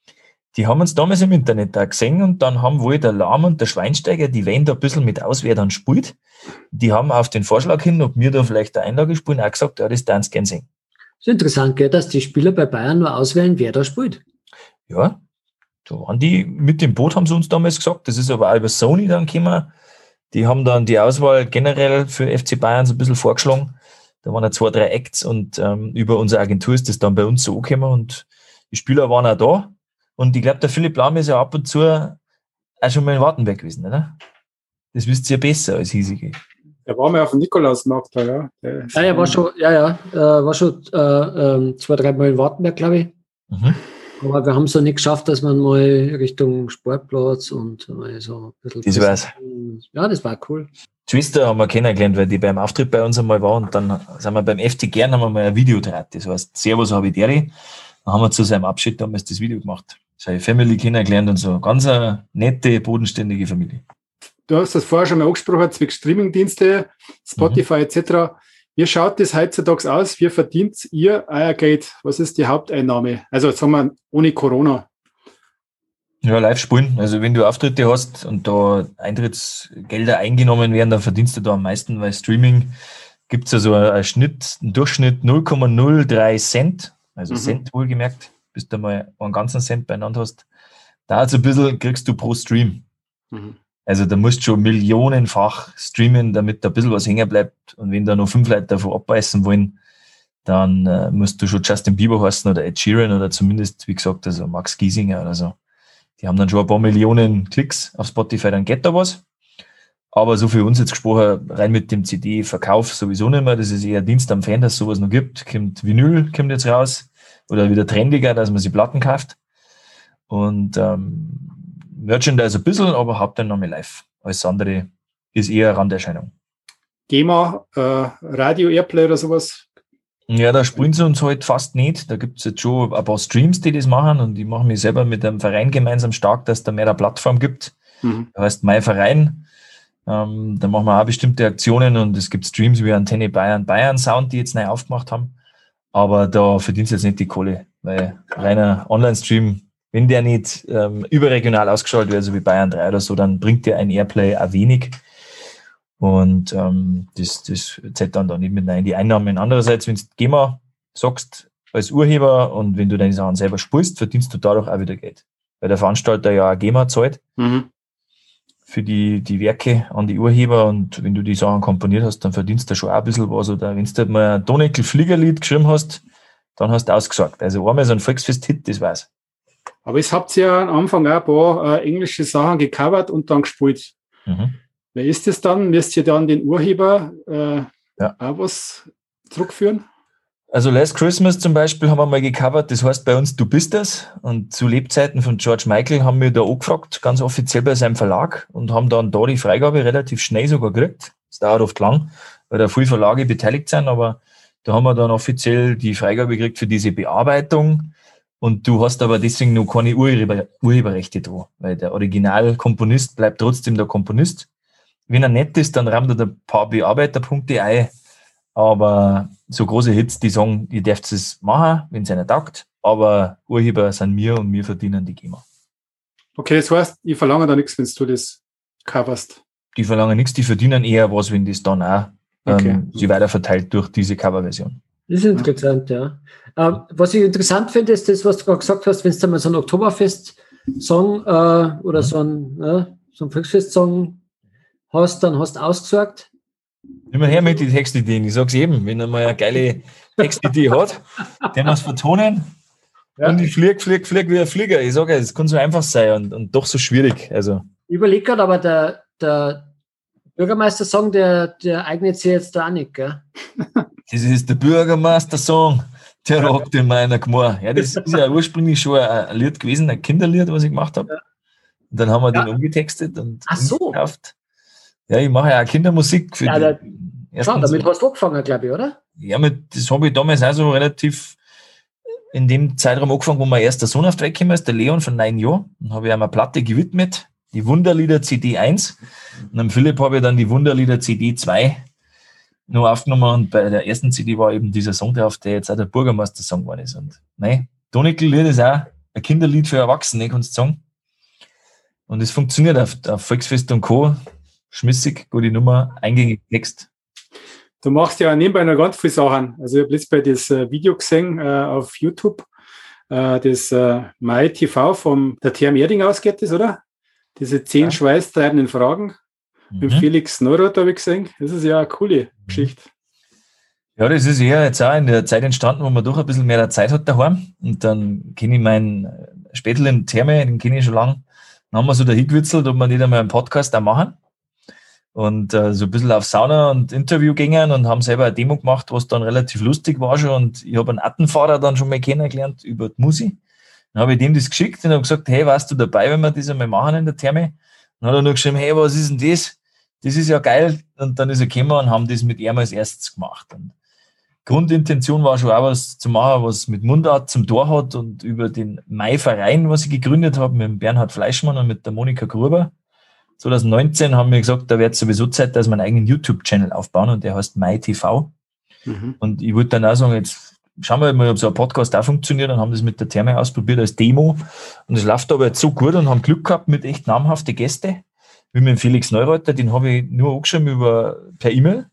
Speaker 2: Die haben uns damals im Internet auch gesehen und dann haben wohl der Lahm und der Schweinsteiger, die wählen da ein bisschen mit aus, wer dann spielt. Die haben auf den Vorschlag hin, ob wir da vielleicht eine Einlage spielen, auch gesagt, ja, das darfst du gern sehen.
Speaker 3: Das ist interessant, gell, dass die Spieler bei Bayern nur auswählen, wer da spielt.
Speaker 2: Ja, da waren die mit dem Boot, haben sie uns damals gesagt. Das ist aber auch über Sony dann gekommen. Die haben dann die Auswahl generell für F C Bayern so ein bisschen vorgeschlagen. Da waren ja zwei, drei Acts und ähm, über unsere Agentur ist das dann bei uns so angekommen und die Spieler waren auch da. Und ich glaube, der Philipp Lahm ist ja ab und zu auch schon mal in Wartenberg gewesen, oder? Das wisst ihr besser als hiesige.
Speaker 1: Der war mal auf dem Nikolausmarkt da, ja. Der
Speaker 3: ja, er war schon, ja, ja, äh, war schon äh, äh, zwei, drei Mal in Wartenberg, glaube ich. Mhm. Aber wir haben es ja nicht geschafft, dass man mal Richtung Sportplatz und mal so ein bisschen.
Speaker 2: Das war's.
Speaker 3: Ja, das war cool.
Speaker 2: Die Schwester haben wir kennengelernt, weil die beim Auftritt bei uns einmal war und dann sind wir beim F C Gern, haben wir mal ein Video gedreht. Das heißt, Servus Habideri. Dann haben wir zu seinem Abschied damals das Video gemacht. Seine Family kennengelernt und so. Ganz eine nette, bodenständige Familie.
Speaker 1: Du hast das vorher schon mal angesprochen, zwecks Streamingdienste, Spotify mhm. et cetera. Wie schaut das heutzutage aus? Wie verdient ihr euer Geld? Was ist die Haupteinnahme? Also sagen wir, ohne Corona.
Speaker 2: Ja, live spielen. Also wenn du Auftritte hast und da Eintrittsgelder eingenommen werden, dann verdienst du da am meisten, weil Streaming gibt es ja so einen Schnitt, einen Durchschnitt null Komma null drei Cent, also mhm. Cent wohlgemerkt, bis du mal einen ganzen Cent beieinander hast. Da hat ein bisschen, kriegst du pro Stream. Mhm. Also da musst du schon millionenfach streamen, damit da ein bisschen was hängen bleibt. Und wenn da noch fünf Leute davon abbeißen wollen, dann äh, musst du schon Justin Bieber heißen oder Ed Sheeran oder zumindest, wie gesagt, also Max Giesinger oder so. Die haben dann schon ein paar Millionen Klicks auf Spotify, dann geht da was. Aber so für uns jetzt gesprochen, rein mit dem C D-Verkauf sowieso nicht mehr. Das ist eher Dienst am Fan, dass es sowas noch gibt. Kommt Vinyl, kommt jetzt raus. Oder wieder trendiger, dass man sich Platten kauft. Und ähm, Merchandise ein bisschen, aber Haupteinnahme live. Alles andere ist eher eine Randerscheinung.
Speaker 1: GEMA, äh, Radio Airplay oder sowas?
Speaker 2: Ja, da spielen sie uns halt fast nicht. Da gibt es jetzt schon ein paar Streams, die das machen und ich mache mich selber mit einem Verein gemeinsam stark, dass es da mehr eine Plattform gibt. Mhm. Das heißt, mein Verein. Ähm, da machen wir auch bestimmte Aktionen und es gibt Streams wie Antenne Bayern, Bayern Sound, die jetzt neu aufgemacht haben. Aber da verdienst du jetzt nicht die Kohle, weil reiner Online-Stream, wenn der nicht ähm, überregional ausgeschaltet wird, so wie Bayern drei oder so, dann bringt dir ein Airplay auch wenig. Und ähm, das, das zählt dann da nicht mit rein. Die Einnahmen andererseits, wenn du GEMA sagst als Urheber und wenn du deine Sachen selber spielst, verdienst du dadurch auch wieder Geld. Weil der Veranstalter ja auch GEMA zahlt mhm. für die, die Werke an die Urheber und wenn du die Sachen komponiert hast, dann verdienst du schon auch ein bisschen was. Oder wenn du halt mal ein Doneckel-Fliegerlied geschrieben hast, dann hast du ausgesagt. Also einmal so ein Volksfest-Hit, das war's.
Speaker 1: Aber es habt ihr ja am Anfang auch ein paar äh, englische Sachen gecovert und dann gespielt. Mhm. Wer ist das dann? Müsst ihr dann den Urheber äh, ja. auch was zurückführen?
Speaker 2: Also Last Christmas zum Beispiel haben wir mal gecovert, das heißt bei uns Du bist es. Und zu Lebzeiten von George Michael haben wir da angefragt, ganz offiziell bei seinem Verlag und haben dann da die Freigabe relativ schnell sogar gekriegt. Das dauert oft lang, weil da viele Verlage beteiligt sind, aber da haben wir dann offiziell die Freigabe gekriegt für diese Bearbeitung. Und du hast aber deswegen noch keine Urheber, Urheberrechte da, weil der Originalkomponist bleibt trotzdem der Komponist. Wenn er nett ist, dann rammt er ein paar Bearbeiterpunkte ein. Aber so große Hits, die sagen, ihr dürft es machen, wenn es einer taugt. Aber Urheber sind wir und wir verdienen die GEMA.
Speaker 1: Okay, das heißt, ich verlange da nichts, wenn du das coverst.
Speaker 2: Die verlangen nichts, die verdienen eher was, wenn das dann auch okay. ähm, sich weiter verteilt durch diese Coverversion.
Speaker 3: Das ist interessant, ja. Ähm, was ich interessant finde, ist das, was du gerade gesagt hast, wenn du mal so einen Oktoberfest-Song äh, oder mhm. so einen, äh, so einen Volksfest-Song hast, dann hast du ausgesorgt.
Speaker 2: Immer her mit den Textideen. Ich sag's eben, wenn er mal eine geile Textidee hat, der muss vertonen ja. und ich flieg, flieg, flieg wie ein Flieger. Ich sage, es kann so einfach sein und, und doch so schwierig. Also.
Speaker 3: Ich überlege gerade, aber der, der Bürgermeister-Song, der, der eignet sich jetzt da auch nicht, gell?
Speaker 2: Das ist der Bürgermeister-Song, der rockt in meiner Gmor. Ja, das ist ja ursprünglich schon ein, ein Lied gewesen, ein Kinderlied, was ich gemacht habe. Ja. Und dann haben wir ja. den umgetextet und
Speaker 3: Ach so.
Speaker 2: umgekauft. Ja, ich mache ja auch Kindermusik für
Speaker 3: ja, die klar, damit so. Hast du angefangen, glaube ich, oder?
Speaker 2: Ja, mit, das habe ich damals auch so relativ in dem Zeitraum angefangen, wo mein erster Sohn auf die Welt gekommen ist, der Leon von neun Jahren. Dann habe ich ihm eine Platte gewidmet, die Wunderlieder C D eins. Und am Philipp habe ich dann die Wunderlieder C D zwei noch aufgenommen. Und bei der ersten C D war eben dieser Song drauf, der jetzt auch der Bürgermeister-Song geworden ist. Und nein, Doneckel-Lied ist auch ein Kinderlied für Erwachsene, kannst du sagen. Und es funktioniert auf, auf Volksfest und Co. Schmissig, gute Nummer, eingängig Text.
Speaker 1: Du machst ja nebenbei noch ganz viele Sachen. Also ich habe letztes Mal das äh, Video gesehen äh, auf YouTube, äh, das äh, MyTV vom der T M Erding ausgeht, das, oder? Diese zehn ja. schweißtreibenden Fragen mhm. mit Felix Neurath habe ich gesehen. Das ist ja eine coole mhm. Geschichte.
Speaker 2: Ja, das ist eher jetzt auch in der Zeit entstanden, wo man doch ein bisschen mehr Zeit hat daheim. Und dann kenne ich meinen späteren Therme, den kenne ich schon lange. Dann haben wir so da hingewitzelt, ob wir nicht einmal einen Podcast auch machen. Und äh, so ein bisschen auf Sauna und Interview gingen und haben selber eine Demo gemacht, was dann relativ lustig war schon. Und ich habe einen Attenfahrer dann schon mal kennengelernt über die Musik. Dann habe ich dem das geschickt und habe gesagt, hey, warst du dabei, wenn wir das einmal machen in der Therme? Dann hat er nur geschrieben, hey, was ist denn das? Das ist ja geil. Und dann ist er gekommen und haben das mit ihm als erstes gemacht. Und Grundintention war schon auch was zu machen, was mit Mundart zum Tor hat und über den Mai-Verein, was ich gegründet habe, mit dem Bernhard Fleischmann und mit der Monika Gruber. zwanzig neunzehn haben wir gesagt, da wird sowieso Zeit, dass wir einen eigenen YouTube-Channel aufbauen und der heißt MyTV. Mhm. Und ich wollte dann auch sagen, jetzt schauen wir mal, ob so ein Podcast auch funktioniert und haben das mit der Therme ausprobiert als Demo. Und es läuft aber jetzt so gut und haben Glück gehabt mit echt namhaften Gästen, wie mit dem Felix Neurath, den habe ich nur angeschrieben über, per E-Mail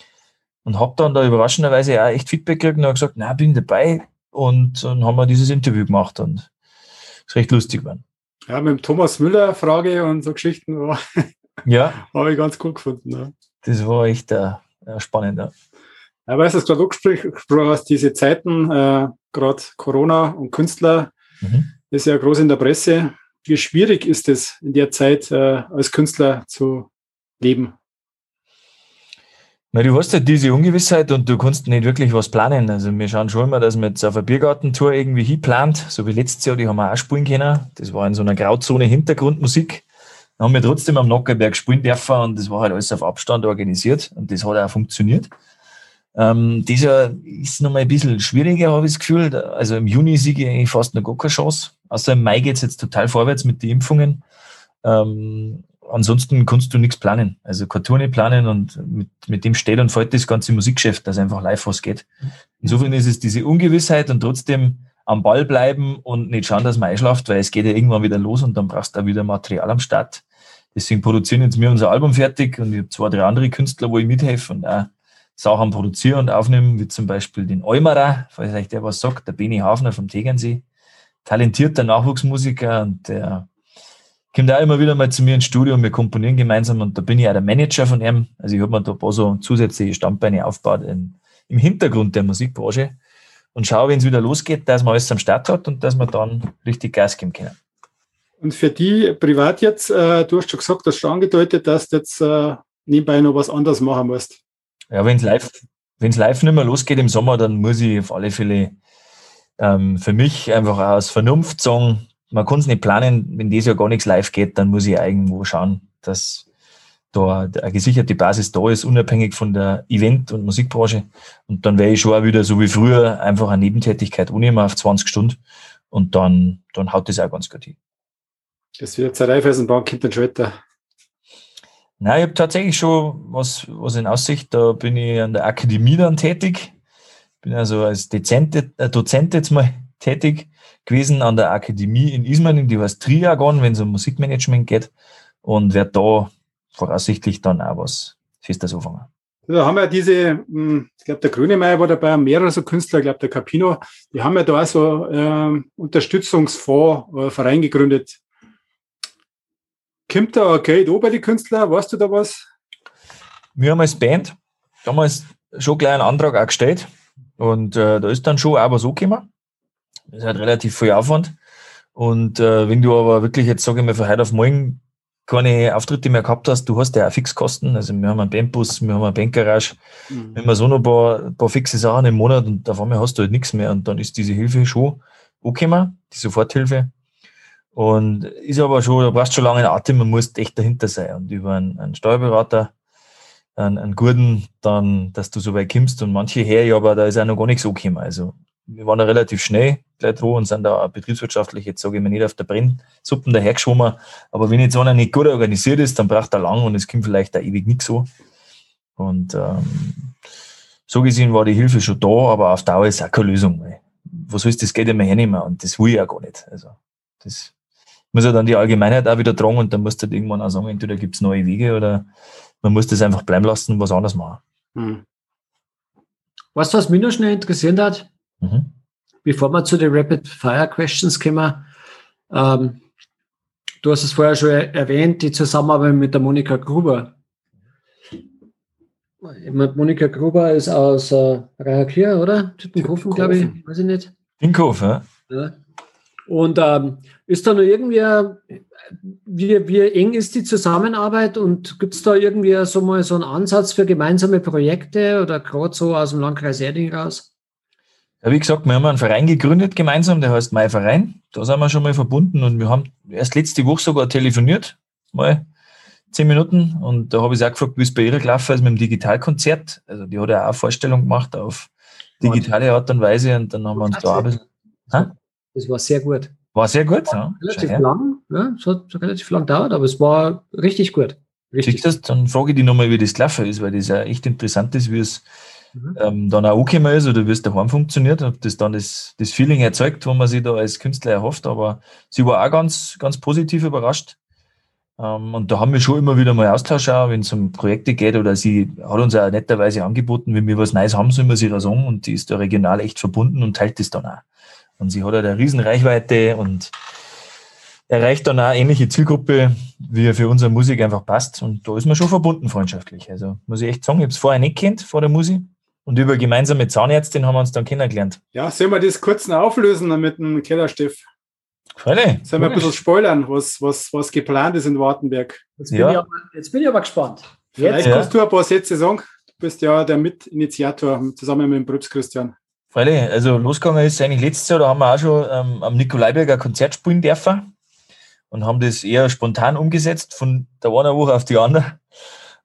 Speaker 2: und habe dann da überraschenderweise auch echt Feedback gekriegt und habe gesagt, na, bin dabei und dann haben wir dieses Interview gemacht und es ist recht lustig geworden.
Speaker 1: Ja, mit dem Thomas Müller Frage und so Geschichten war,
Speaker 2: ja.
Speaker 1: habe ich ganz cool gefunden. Ja.
Speaker 2: Das war echt äh, spannend. Ja.
Speaker 1: Ja, weil du es gerade angesprochen hast, diese Zeiten, äh, gerade Corona und Künstler, mhm. ist ja groß in der Presse. Wie schwierig ist es in der Zeit, äh, als Künstler zu leben?
Speaker 2: Na, du hast ja diese Ungewissheit und du kannst nicht wirklich was planen. Also wir schauen schon immer, dass man jetzt auf eine Biergartentour irgendwie hinplant, so wie letztes Jahr, die haben wir auch spielen können. Das war in so einer Grauzone Hintergrundmusik. Dann haben wir trotzdem am Nockerberg spielen dürfen und das war halt alles auf Abstand organisiert und das hat auch funktioniert. Ähm, das Jahr ist noch mal ein bisschen schwieriger, habe ich das Gefühl. Also im Juni siege ich eigentlich fast noch gar keine Chance. Außer im Mai geht es jetzt total vorwärts mit den Impfungen. Ähm, ansonsten kannst du nichts planen. Also keine Tour nicht planen und mit, mit dem steht und fällt das ganze Musikgeschäft, dass einfach live was geht. Insofern ist es diese Ungewissheit und trotzdem am Ball bleiben und nicht schauen, dass man einschlaft, weil es geht ja irgendwann wieder los und dann brauchst du auch wieder Material am Start. Deswegen produzieren jetzt wir unser Album fertig und ich habe zwei, drei andere Künstler, wo ich mithelfe und auch Sachen produziere und aufnehme, wie zum Beispiel den Eumerer, falls euch der was sagt, der Beni Hafner vom Tegernsee. Talentierter Nachwuchsmusiker und der kommt auch immer wieder mal zu mir ins Studio und wir komponieren gemeinsam und da bin ich auch der Manager von ihm. Also ich habe mir da ein paar so zusätzliche Standbeine aufgebaut in, im Hintergrund der Musikbranche und schaue, wenn es wieder losgeht, dass man alles am Start hat und dass wir dann richtig Gas geben können.
Speaker 1: Und für die privat jetzt, äh, du hast schon gesagt, das schon angedeutet, dass du jetzt äh, nebenbei noch was anderes machen musst.
Speaker 2: Ja, wenn es live, wenn es live nicht mehr losgeht im Sommer, dann muss ich auf alle Fälle ähm, für mich einfach aus Vernunft sagen, man kann es nicht planen, wenn dieses Jahr gar nichts live geht, dann muss ich irgendwo schauen, dass da eine gesicherte Basis da ist, unabhängig von der Event- und Musikbranche. Und dann wäre ich schon auch wieder so wie früher einfach eine Nebentätigkeit ohne auf zwanzig Stunden und dann, dann haut das auch ganz gut hin.
Speaker 1: Das wird zur Raiffeisenbank hinter den Schalter.
Speaker 2: Nein, ich habe tatsächlich schon was, was in Aussicht. Da bin ich an der Akademie dann tätig. Bin also als Dozent, äh, Dozent jetzt mal tätig gewesen an der Akademie in Ismaning, die heißt Triagon, wenn es um Musikmanagement geht. Und werde da voraussichtlich dann auch was Festes anfangen.
Speaker 1: Da haben wir diese, ich glaube, der Grönemeyer war dabei, mehrere so Künstler, ich glaube, der Capino, die haben ja da auch so äh, Unterstützungsfonds, äh, Verein gegründet. Kommt da Geld an bei den Künstlern? Weißt du da was?
Speaker 2: Wir haben als Band damals schon gleich einen Antrag auch gestellt und äh, da ist dann schon auch was angekommen. Das ist halt relativ viel Aufwand und äh, wenn du aber wirklich jetzt, sage ich mal, von heute auf morgen keine Auftritte mehr gehabt hast, du hast ja auch Fixkosten, also wir haben einen Bandbus, wir haben eine Bandgarage, mhm. wir haben so noch ein paar, ein paar fixe Sachen im Monat und auf einmal hast du halt nichts mehr und dann ist diese Hilfe schon angekommen, die Soforthilfe. Und ist aber schon, da brauchst du schon lange einen Atem, man muss echt dahinter sein. Und über einen, einen Steuerberater, einen, einen guten, dann, dass du so weit kommst. Und manche her, ja, aber da ist auch noch gar nichts angekommen. Also, wir waren da relativ schnell gleich dran und sind da auch betriebswirtschaftlich, jetzt sage ich mal nicht auf der Brennsuppen dahergeschwommen. Aber wenn jetzt einer nicht gut organisiert ist, dann braucht er lang und es kommt vielleicht auch ewig nichts so. Und ähm, so gesehen war die Hilfe schon da, aber auf Dauer ist es auch keine Lösung. Weil was soll das Geld immer hernehmen? Und das will ich auch gar nicht. Also, das muss ja dann die Allgemeinheit auch wieder tragen und dann musst du halt irgendwann auch sagen, entweder gibt es neue Wege oder man muss das einfach bleiben lassen und was anderes machen.
Speaker 3: Hm. Weißt du, was mich noch schnell interessiert hat? Mhm. Bevor wir zu den Rapid-Fire-Questions kommen, ähm, du hast es vorher schon erwähnt, die Zusammenarbeit mit der Monika Gruber. Monika Gruber ist aus äh, Reiherkirch, oder? Tüttenkofen, glaube ich, weiß ich nicht.
Speaker 2: Tüttenkofen, ja.
Speaker 3: ja. Und ähm, ist da noch irgendwie, wie, wie eng ist die Zusammenarbeit und gibt es da irgendwie so mal so einen Ansatz für gemeinsame Projekte oder gerade so aus dem Landkreis Erding raus?
Speaker 2: Ja, wie gesagt, wir haben einen Verein gegründet gemeinsam, der heißt Mein Verein. Da sind wir schon mal verbunden und wir haben erst letzte Woche sogar telefoniert, mal zehn Minuten. Und da habe ich sie auch gefragt, wie es bei ihr gelaufen ist mit dem Digitalkonzert. Also die hat ja auch eine Vorstellung gemacht auf digitale Art und Weise und dann haben wir uns da auch ein bisschen... Ha?
Speaker 3: Das war sehr gut.
Speaker 2: War sehr gut, ja.
Speaker 3: Relativ lang, ja. Es hat relativ lang gedauert, aber es war richtig gut. Richtig.
Speaker 2: Siehst du, dann frage ich dich nochmal, wie das gelaufen ist, weil das ja echt interessant ist, wie es mhm. ähm, dann auch angekommen ist oder wie es daheim funktioniert, ob das dann das, das Feeling erzeugt, wo man sich da als Künstler erhofft. Aber sie war auch ganz, ganz positiv überrascht. Ähm, und da haben wir schon immer wieder mal Austausch, wenn es um Projekte geht, oder sie hat uns auch netterweise angeboten, wenn wir was Neues haben, sollen wir sie da sagen, und die ist da regional echt verbunden und teilt das dann auch. Und sie hat ja eine riesen Reichweite und erreicht dann auch eine ähnliche Zielgruppe, wie für unsere Musik einfach passt. Und da ist man schon verbunden freundschaftlich. Also muss ich echt sagen, ich habe es vorher nicht kennt vor der Musik. Und über gemeinsame Zahnärztin haben wir uns dann kennengelernt.
Speaker 1: Ja, sollen wir das kurz noch auflösen mit dem Kellerstift?
Speaker 2: Freilich.
Speaker 1: Sollen wir ein bisschen spoilern, was, was, was geplant ist in Wartenberg?
Speaker 3: Jetzt bin, ja. ich, aber, jetzt bin ich aber gespannt.
Speaker 1: Vielleicht
Speaker 3: jetzt,
Speaker 1: kannst ja. du ein paar Sätze sagen. Du bist ja der Mitinitiator zusammen mit dem Brübs Christian.
Speaker 2: Freilich, also losgegangen ist eigentlich letztes Jahr, da haben wir auch schon ähm, am Nikolaiberg ein Konzert spielen dürfen und haben das eher spontan umgesetzt, von der einen Woche auf die andere.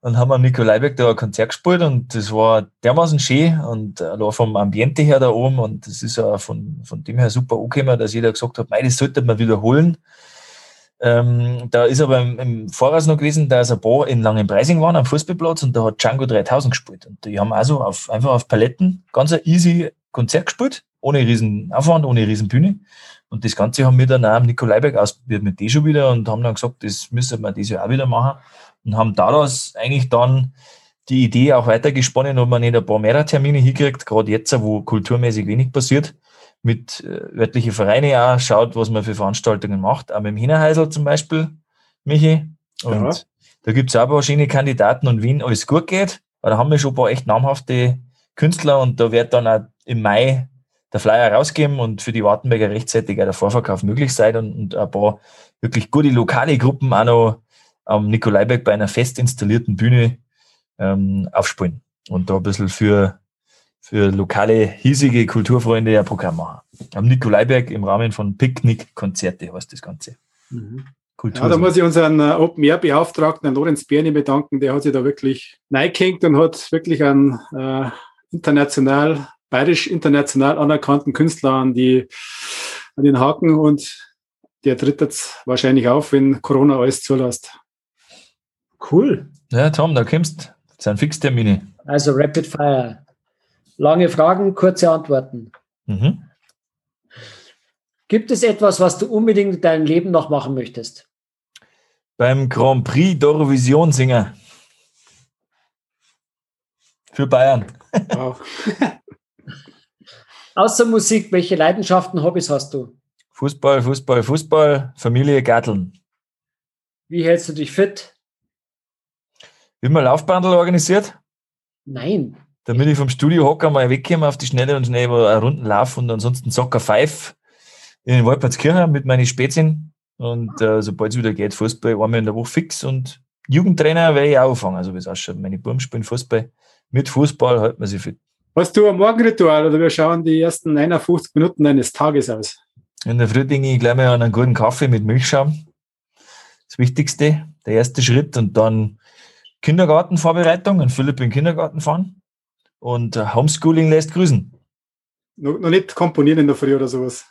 Speaker 2: und haben am Nikolaiberg da ein Konzert gespielt und das war dermaßen schön und allein vom Ambiente her da oben und das ist ja von, von dem her super angekommen, dass jeder gesagt hat, mei, das sollte man wiederholen. Ähm, da ist aber im, im Voraus noch gewesen, da ist ein paar in Langenpreising waren am Fußballplatz und da hat Django dreitausend gespielt und die haben also auf, einfach auf Paletten ganz ein easy Konzert gespielt, ohne riesen Aufwand, ohne riesen Bühne. Und das Ganze haben wir dann auch am Nikolaiberg ausprobiert mit Dejo wieder und haben dann gesagt, das müssen wir dieses Jahr auch wieder machen und haben daraus eigentlich dann die Idee auch weitergesponnen, ob man nicht ein paar mehr Termine hinkriegt, gerade jetzt, wo kulturmäßig wenig passiert, mit äh, örtlichen Vereinen auch, schaut, was man für Veranstaltungen macht, auch mit dem Hinnerheisel zum Beispiel, Michi. Und ja. Da gibt es auch ein paar schöne Kandidaten und wenn alles gut geht, weil da haben wir schon ein paar echt namhafte Künstler und da wird dann auch im Mai der Flyer rausgeben und für die Wartenberger rechtzeitig auch der Vorverkauf möglich sein und, und ein paar wirklich gute lokale Gruppen auch noch am Nikolaiberg bei einer fest installierten Bühne ähm, aufspielen und da ein bisschen für für lokale, hiesige Kulturfreunde ein Programm machen. Am Nikolaiberg im Rahmen von Picknick-Konzerte heißt das Ganze.
Speaker 1: Mhm. Ja, da muss ich unseren uh, Open-Air-Beauftragten, Lorenz Berni, bedanken. Der hat sich da wirklich reingehängt und hat wirklich einen uh, international, bayerisch international anerkannten Künstler an, die, an den Haken und der tritt jetzt wahrscheinlich auf, wenn Corona alles zulässt.
Speaker 3: Cool.
Speaker 2: Ja, Tom, da kommst. Das sind Fixtermine.
Speaker 3: Also Rapid Fire. Lange Fragen, kurze Antworten. Mhm. Gibt es etwas, was du unbedingt in deinem Leben noch machen möchtest?
Speaker 2: Beim Grand Prix d'Eurovision singen. Für Bayern. Wow.
Speaker 3: Außer Musik, welche Leidenschaften, Hobbys hast du?
Speaker 2: Fußball, Fußball, Fußball, Familie, Garteln.
Speaker 3: Wie hältst du dich fit?
Speaker 2: Immer Laufbandel organisiert?
Speaker 3: Nein.
Speaker 2: Damit ich vom Studio Hocker mal wegkomme auf die Schnelle und schnell eine Runden laufe und ansonsten Soccer Five in den Waldplatzkirche mit meinen Spätzchen und äh, sobald es wieder geht, Fußball einmal in der Woche fix und Jugendtrainer werde ich auch anfangen, also wie es ausschaut. Meine Buben spielen Fußball, mit Fußball hält man sich fit.
Speaker 1: Hast du ein Morgenritual oder wir schauen die ersten einundfünfzig Minuten deines Tages aus?
Speaker 2: In der Früh denke ich gleich mal an einen guten Kaffee mit Milchschaum. Das Wichtigste, der erste Schritt und dann Kindergartenvorbereitung, an Philipp in den Kindergarten fahren. Und Homeschooling lässt grüßen.
Speaker 1: Noch, noch nicht komponieren in der Früh oder sowas?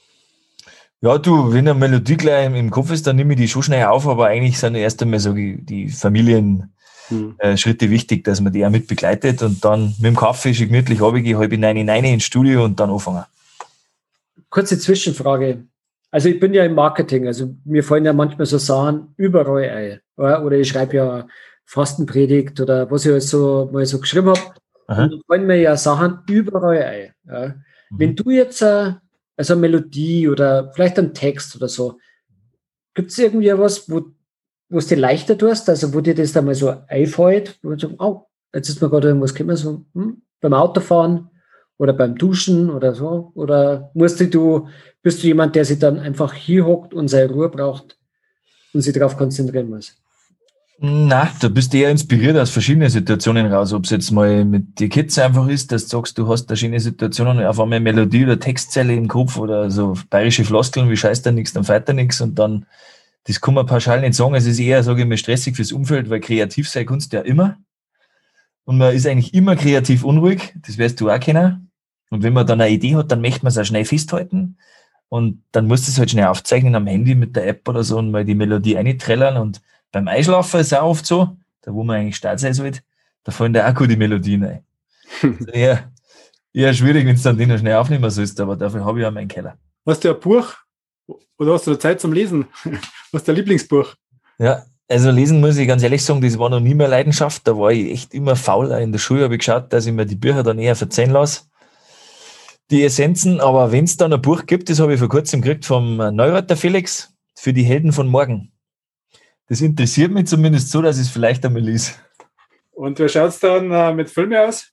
Speaker 2: Ja, du, wenn eine Melodie gleich im Kopf ist, dann nehme ich die schon schnell auf, aber eigentlich sind erst einmal so die, die Familienschritte hm. äh, wichtig, dass man die auch mit begleitet und dann mit dem Kaffee schon gemütlich runtergehe, halb neun neun ins Studio und dann anfangen.
Speaker 3: Kurze Zwischenfrage. Also ich bin ja im Marketing, also mir fallen ja manchmal so Sachen überall ein. Oder ich schreibe ja Fastenpredigt oder was ich halt so mal so geschrieben habe. Aha. Und da fallen mir ja Sachen überall ein. Ja. Mhm. Wenn du jetzt äh, also eine Melodie oder vielleicht einen Text oder so, gibt es irgendwie was, wo wo es dir leichter tust, also wo dir das dann mal so einfällt, wo du sagst, oh, jetzt ist mir gerade irgendwas gekommen, so hm, beim Autofahren oder beim Duschen oder so, oder musst du, bist du jemand, der sich dann einfach hier hockt und seine Ruhe braucht und sich darauf konzentrieren muss?
Speaker 2: Na, da bist du eher inspiriert aus verschiedenen Situationen raus, ob es jetzt mal mit den Kids einfach ist, dass du sagst, du hast da schöne Situationen und auf einmal Melodie oder Textzeile im Kopf oder so bayerische Floskeln, wie scheißt da nichts, dann feiert da nichts und dann, das kann man pauschal nicht sagen, es ist eher, sage ich mal, stressig fürs Umfeld, weil kreativ sein kannst du ja immer und man ist eigentlich immer kreativ unruhig, das wirst du auch kennen und wenn man dann eine Idee hat, dann möchte man es auch schnell festhalten und dann musst du es halt schnell aufzeichnen am Handy mit der App oder so und mal die Melodie eintrellern und beim Einschlafen ist es auch oft so, da wo man eigentlich stark sein sollte, da fallen da auch gute Melodien ein. Also eher, eher schwierig, wenn du dann den noch schnell aufnehmen sollst, aber dafür habe ich auch meinen Keller.
Speaker 1: Hast du ein Buch oder hast du Zeit zum Lesen? Was ist dein Lieblingsbuch?
Speaker 2: Ja, also lesen muss ich ganz ehrlich sagen, das war noch nie mehr Leidenschaft, da war ich echt immer faul. In der Schule habe ich geschaut, dass ich mir die Bücher dann eher verzeihen lasse. Die Essenzen, aber wenn es dann ein Buch gibt, das habe ich vor kurzem gekriegt vom Neureuther Felix, für die Helden von morgen. Das interessiert mich zumindest so, dass ich es vielleicht einmal lese.
Speaker 1: Und wie schaut es dann äh, mit Filmen aus?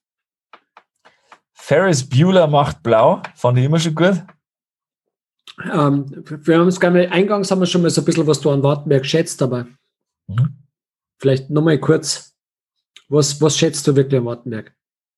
Speaker 2: Ferris Bueller macht blau, fand ich immer schon gut.
Speaker 3: Ähm, wir haben es gerne, eingangs haben wir schon mal so ein bisschen, was du an Wartenberg schätzt, aber mhm. vielleicht nochmal kurz, was, was schätzt du wirklich an Wartenberg?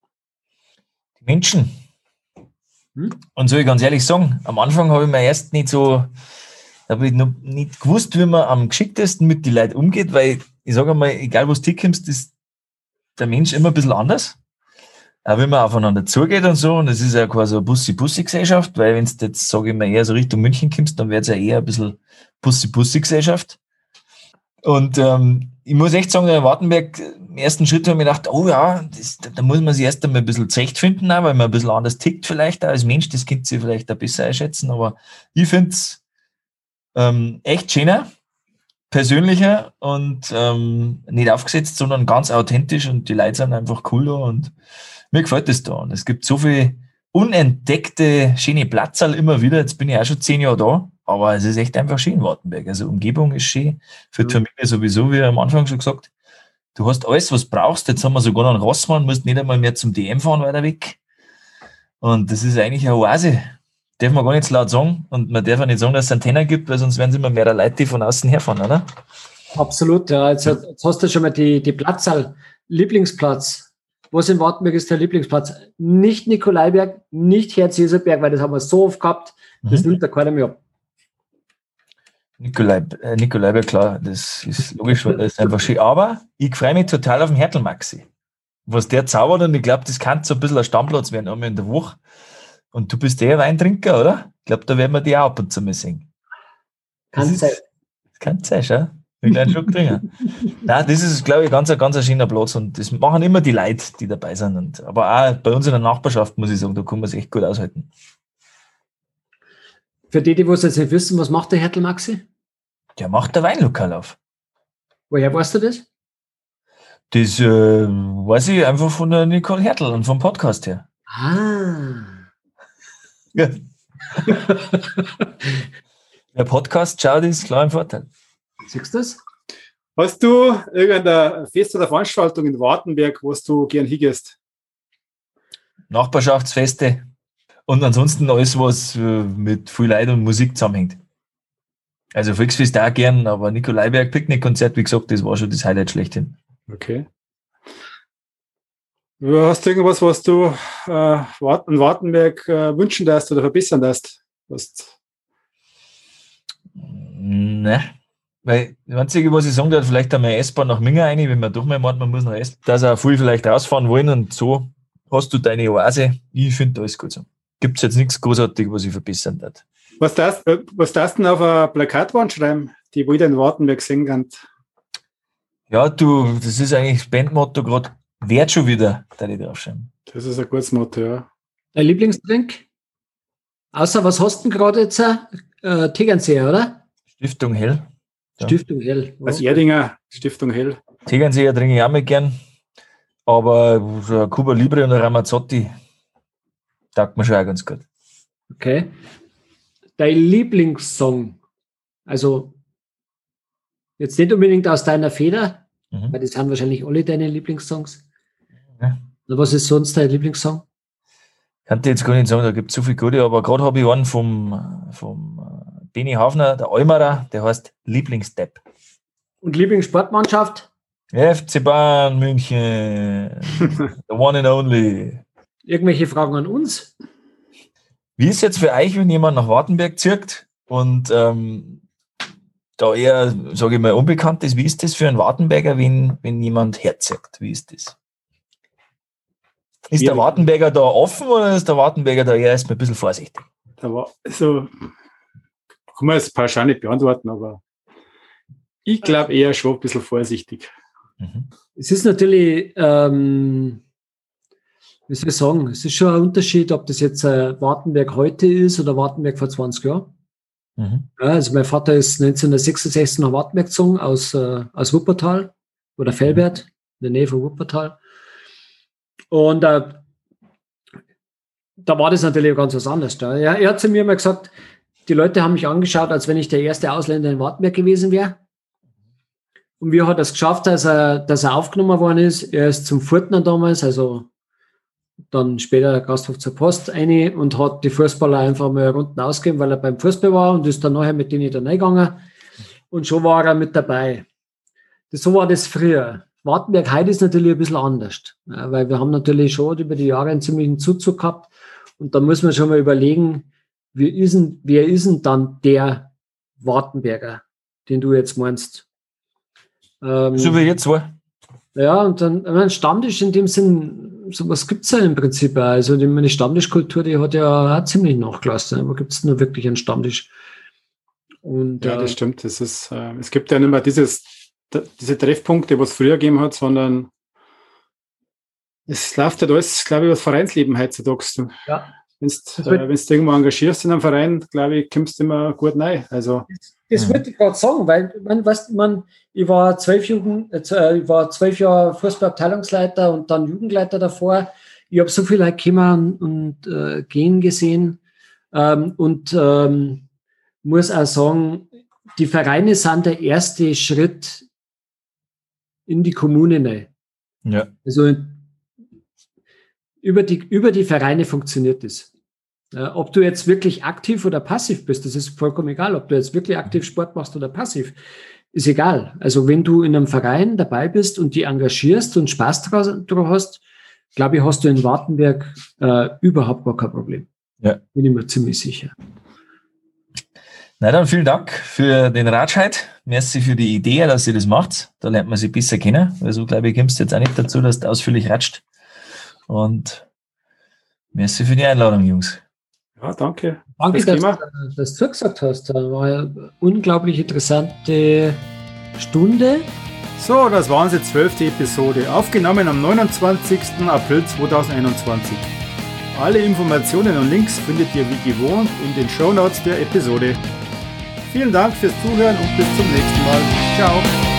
Speaker 2: Die Menschen. Hm? Und soll ich ganz ehrlich sagen, am Anfang habe ich mir erst nicht so Da habe ich noch nicht gewusst, wie man am geschicktesten mit den Leuten umgeht, weil ich sage einmal, egal was du kommst, ist der Mensch immer ein bisschen anders. Auch wenn man aufeinander zugeht und so, und es ist ja quasi eine Bussi-Bussi-Gesellschaft, weil wenn du jetzt, sage ich mal, eher so Richtung München kommst, dann wird es ja eher ein bisschen Bussi-Bussi-Gesellschaft. Und ähm, ich muss echt sagen, in Wartenberg, im ersten Schritt habe ich mir gedacht, oh ja, das, da muss man sich erst einmal ein bisschen zurechtfinden, auch, weil man ein bisschen anders tickt vielleicht auch als Mensch, das könnt ihr vielleicht auch besser einschätzen, aber ich finde es ähm, echt schöner, persönlicher und ähm, nicht aufgesetzt, sondern ganz authentisch und die Leute sind einfach cool da und mir gefällt das da. Und es gibt so viele unentdeckte, schöne Platzerl immer wieder. Jetzt bin ich auch schon zehn Jahre da, aber es ist echt einfach schön, Wartenberg. Also Umgebung ist schön. Für die Familie sowieso, wie am Anfang schon gesagt. Du hast alles, was du brauchst. Jetzt haben wir sogar noch einen Rossmann, musst nicht einmal mehr zum D M fahren, weiter weg. Und das ist eigentlich eine Oase. Darf man gar nicht so laut sagen. Und man darf auch nicht sagen, dass es Antennen gibt, weil sonst werden es immer mehr Leute, die von außen herfahren, oder?
Speaker 3: Absolut, ja. Jetzt, jetzt hast du schon mal die, die Platzzahl. Lieblingsplatz. Was in Wartenberg ist der Lieblingsplatz? Nicht Nikolaiberg, nicht Herz-Jeserberg, weil das haben wir so oft gehabt. Das mhm. nimmt da keiner mehr ab.
Speaker 2: Nikolai, äh, Nikolaiberg, klar, das ist logisch, weil das ist einfach schön. Aber ich freue mich total auf den Hertel-Maxi. Was der zaubert, und ich glaube, das kann so ein bisschen ein Stammplatz werden, einmal in der Woche. Und du bist eher Weintrinker, oder? Ich glaube, da werden wir die auch ab und zu mal singen.
Speaker 3: Kann sein.
Speaker 2: Kann sein, schau. Einen kleinen Schluck trinken. Nein, das ist, glaube ich, ganz, ein ganz ein schöner Platz und das machen immer die Leute, die dabei sind. Und, aber auch bei uns in der Nachbarschaft, muss ich sagen, da kann man es echt gut aushalten.
Speaker 3: Für die, die es jetzt nicht wissen, was macht der Hertel Maxi?
Speaker 2: Der macht ein Weinlokal auf.
Speaker 3: Woher weißt du das?
Speaker 2: Das äh, weiß ich einfach von der Nicole Hertel und vom Podcast her.
Speaker 3: Ah.
Speaker 2: Ja. Der Podcast schaut, ist klar ein Vorteil.
Speaker 3: Siehst du das?
Speaker 1: Hast du irgendein Fest oder Veranstaltung in Wartenberg, wo du gern hingehst?
Speaker 2: Nachbarschaftsfeste und ansonsten alles, was mit viel Leid und Musik zusammenhängt. Also Volksfest auch gern, aber Nikolaiberg Picknickkonzert, wie gesagt, das war schon das Highlight schlechthin.
Speaker 1: Okay. Hast du irgendwas, was du äh, an Wartenberg äh, wünschen darfst oder verbessern darfst? Was?
Speaker 2: Ne. Weil das Einzige, was ich sagen darf, vielleicht einmal S-Bahn nach Minga rein, wenn man doch mal meint, man muss nach S-Bahn, dass auch viel vielleicht rausfahren wollen und so hast du deine Oase. Ich finde alles gut so. Gibt es jetzt nichts Großartiges, was ich verbessern darf.
Speaker 1: Was darfst, was darfst du denn auf ein Plakatwand schreiben, die wieder in Wartenberg singen kann?
Speaker 2: Ja, du, das ist eigentlich das Bandmotto gerade, wird schon wieder, da ich draufschreiben.
Speaker 1: Das ist ein gutes Motto, ja.
Speaker 3: Dein Lieblingsdrink? Außer was hast du denn gerade jetzt? Äh, Tegernseher, oder?
Speaker 2: Stiftung Hell. Ja.
Speaker 3: Stiftung Hell.
Speaker 1: Als Erdinger Stiftung Hell.
Speaker 2: Tegernseher trinke ich auch mal gern. Aber so ein Cuba Libre und ein Ramazzotti taugt mir schon auch ganz gut.
Speaker 3: Okay. Dein Lieblingssong? Also jetzt nicht unbedingt aus deiner Feder, mhm. weil das sind wahrscheinlich alle deine Lieblingssongs. Ja. Was ist sonst dein Lieblingssong?
Speaker 2: Kann ich jetzt gar nicht sagen, da gibt es so viele gute, aber gerade habe ich einen vom, vom Benny Hafner, der Almerer, der heißt Lieblingsstep.
Speaker 3: Und Lieblingssportmannschaft?
Speaker 2: F C Bayern München, the one and only.
Speaker 3: Irgendwelche Fragen an uns?
Speaker 2: Wie ist jetzt für euch, wenn jemand nach Wartenberg zieht und ähm, da eher, sage ich mal, unbekannt ist, wie ist das für einen Wartenberger, wenn, wenn jemand herzieht? Wie ist das? Ist der Wartenberger da offen oder ist der Wartenberger da eher erstmal ein bisschen vorsichtig?
Speaker 1: Da war, also, kann man jetzt pauschal nicht beantworten, aber ich glaube eher schon ein bisschen vorsichtig.
Speaker 2: Mhm.
Speaker 3: Es ist natürlich, ähm, wie soll ich sagen, es ist schon ein Unterschied, ob das jetzt äh, Wartenberg heute ist oder Wartenberg vor zwanzig Jahren.
Speaker 2: Mhm. Ja,
Speaker 3: also mein Vater ist neunzehnhundertsechsundsechzig nach Wartenberg gezogen, aus, äh, aus Wuppertal oder Velbert, in der Nähe von Wuppertal. Und äh, da war das natürlich ganz was anderes. Ja. Er, er hat zu mir mal gesagt, die Leute haben mich angeschaut, als wenn ich der erste Ausländer in Wartenberg gewesen wäre. Und wie hat er es geschafft, dass er, dass er aufgenommen worden ist? Er ist zum Furtner damals, also dann später Gasthof zur Post, rein und hat die Fußballer einfach mal Runden ausgegeben, weil er beim Fußball war und ist dann nachher mit denen da reingegangen. Und schon war er mit dabei. Das, so war das früher. Wartenberg heute ist natürlich ein bisschen anders, ja, weil wir haben natürlich schon über die Jahre einen ziemlichen Zuzug gehabt und da muss man schon mal überlegen, wie ist denn, wer ist denn dann der Wartenberger, den du jetzt meinst. Ähm,
Speaker 2: so wie jetzt war.
Speaker 3: Ja, und dann, ich meine, Stammtisch in dem Sinn, sowas gibt es ja im Prinzip auch. Also die, meine Stammtischkultur, die hat ja auch ziemlich nachgelassen. Aber gibt es nur wirklich einen Stammtisch? Und,
Speaker 1: ja, das
Speaker 3: äh,
Speaker 1: stimmt. Das ist, äh, es gibt ja nicht mehr dieses, diese Treffpunkte, was es früher gegeben hat, sondern es läuft ja alles, glaube ich, über das Vereinsleben heutzutage.
Speaker 3: Ja.
Speaker 1: Wenn du äh, irgendwo engagierst in einem Verein, glaube ich, kommst du immer gut rein. Also,
Speaker 3: das das würde ich gerade sagen, weil man, weißt, man, ich war zwölf, Jugend, äh, ich war zwölf Jahre Fußballabteilungsleiter und dann Jugendleiter davor. Ich habe so viele Leute kommen und, und äh, gehen gesehen ähm, und ähm, muss auch sagen, die Vereine sind der erste Schritt in die Kommune rein.
Speaker 2: Ja.
Speaker 3: Also über die, über die Vereine funktioniert das. Äh, ob du jetzt wirklich aktiv oder passiv bist, das ist vollkommen egal. Ob du jetzt wirklich aktiv Sport machst oder passiv, ist egal. Also wenn du in einem Verein dabei bist und die engagierst und Spaß daran hast, glaube ich, hast du in Wartenberg äh, überhaupt gar kein Problem.
Speaker 2: Ja.
Speaker 3: Bin ich mir ziemlich sicher.
Speaker 2: Na dann vielen Dank für den Ratschheit. Merci für die Idee, dass ihr das macht. Da lernt man sich besser kennen. Also glaube ich, kommst du jetzt auch nicht dazu, dass du ausführlich ratscht. Und merci für die Einladung, Jungs.
Speaker 1: Ja, danke.
Speaker 3: Danke, dass, dass, dass du gesagt hast. Das war eine unglaublich interessante Stunde.
Speaker 1: So, das war unsere zwölfte Episode, aufgenommen am neunundzwanzigsten April zweitausendeinundzwanzig. Alle Informationen und Links findet ihr wie gewohnt in den Shownotes der Episode. Vielen Dank fürs Zuhören und bis zum nächsten Mal. Ciao.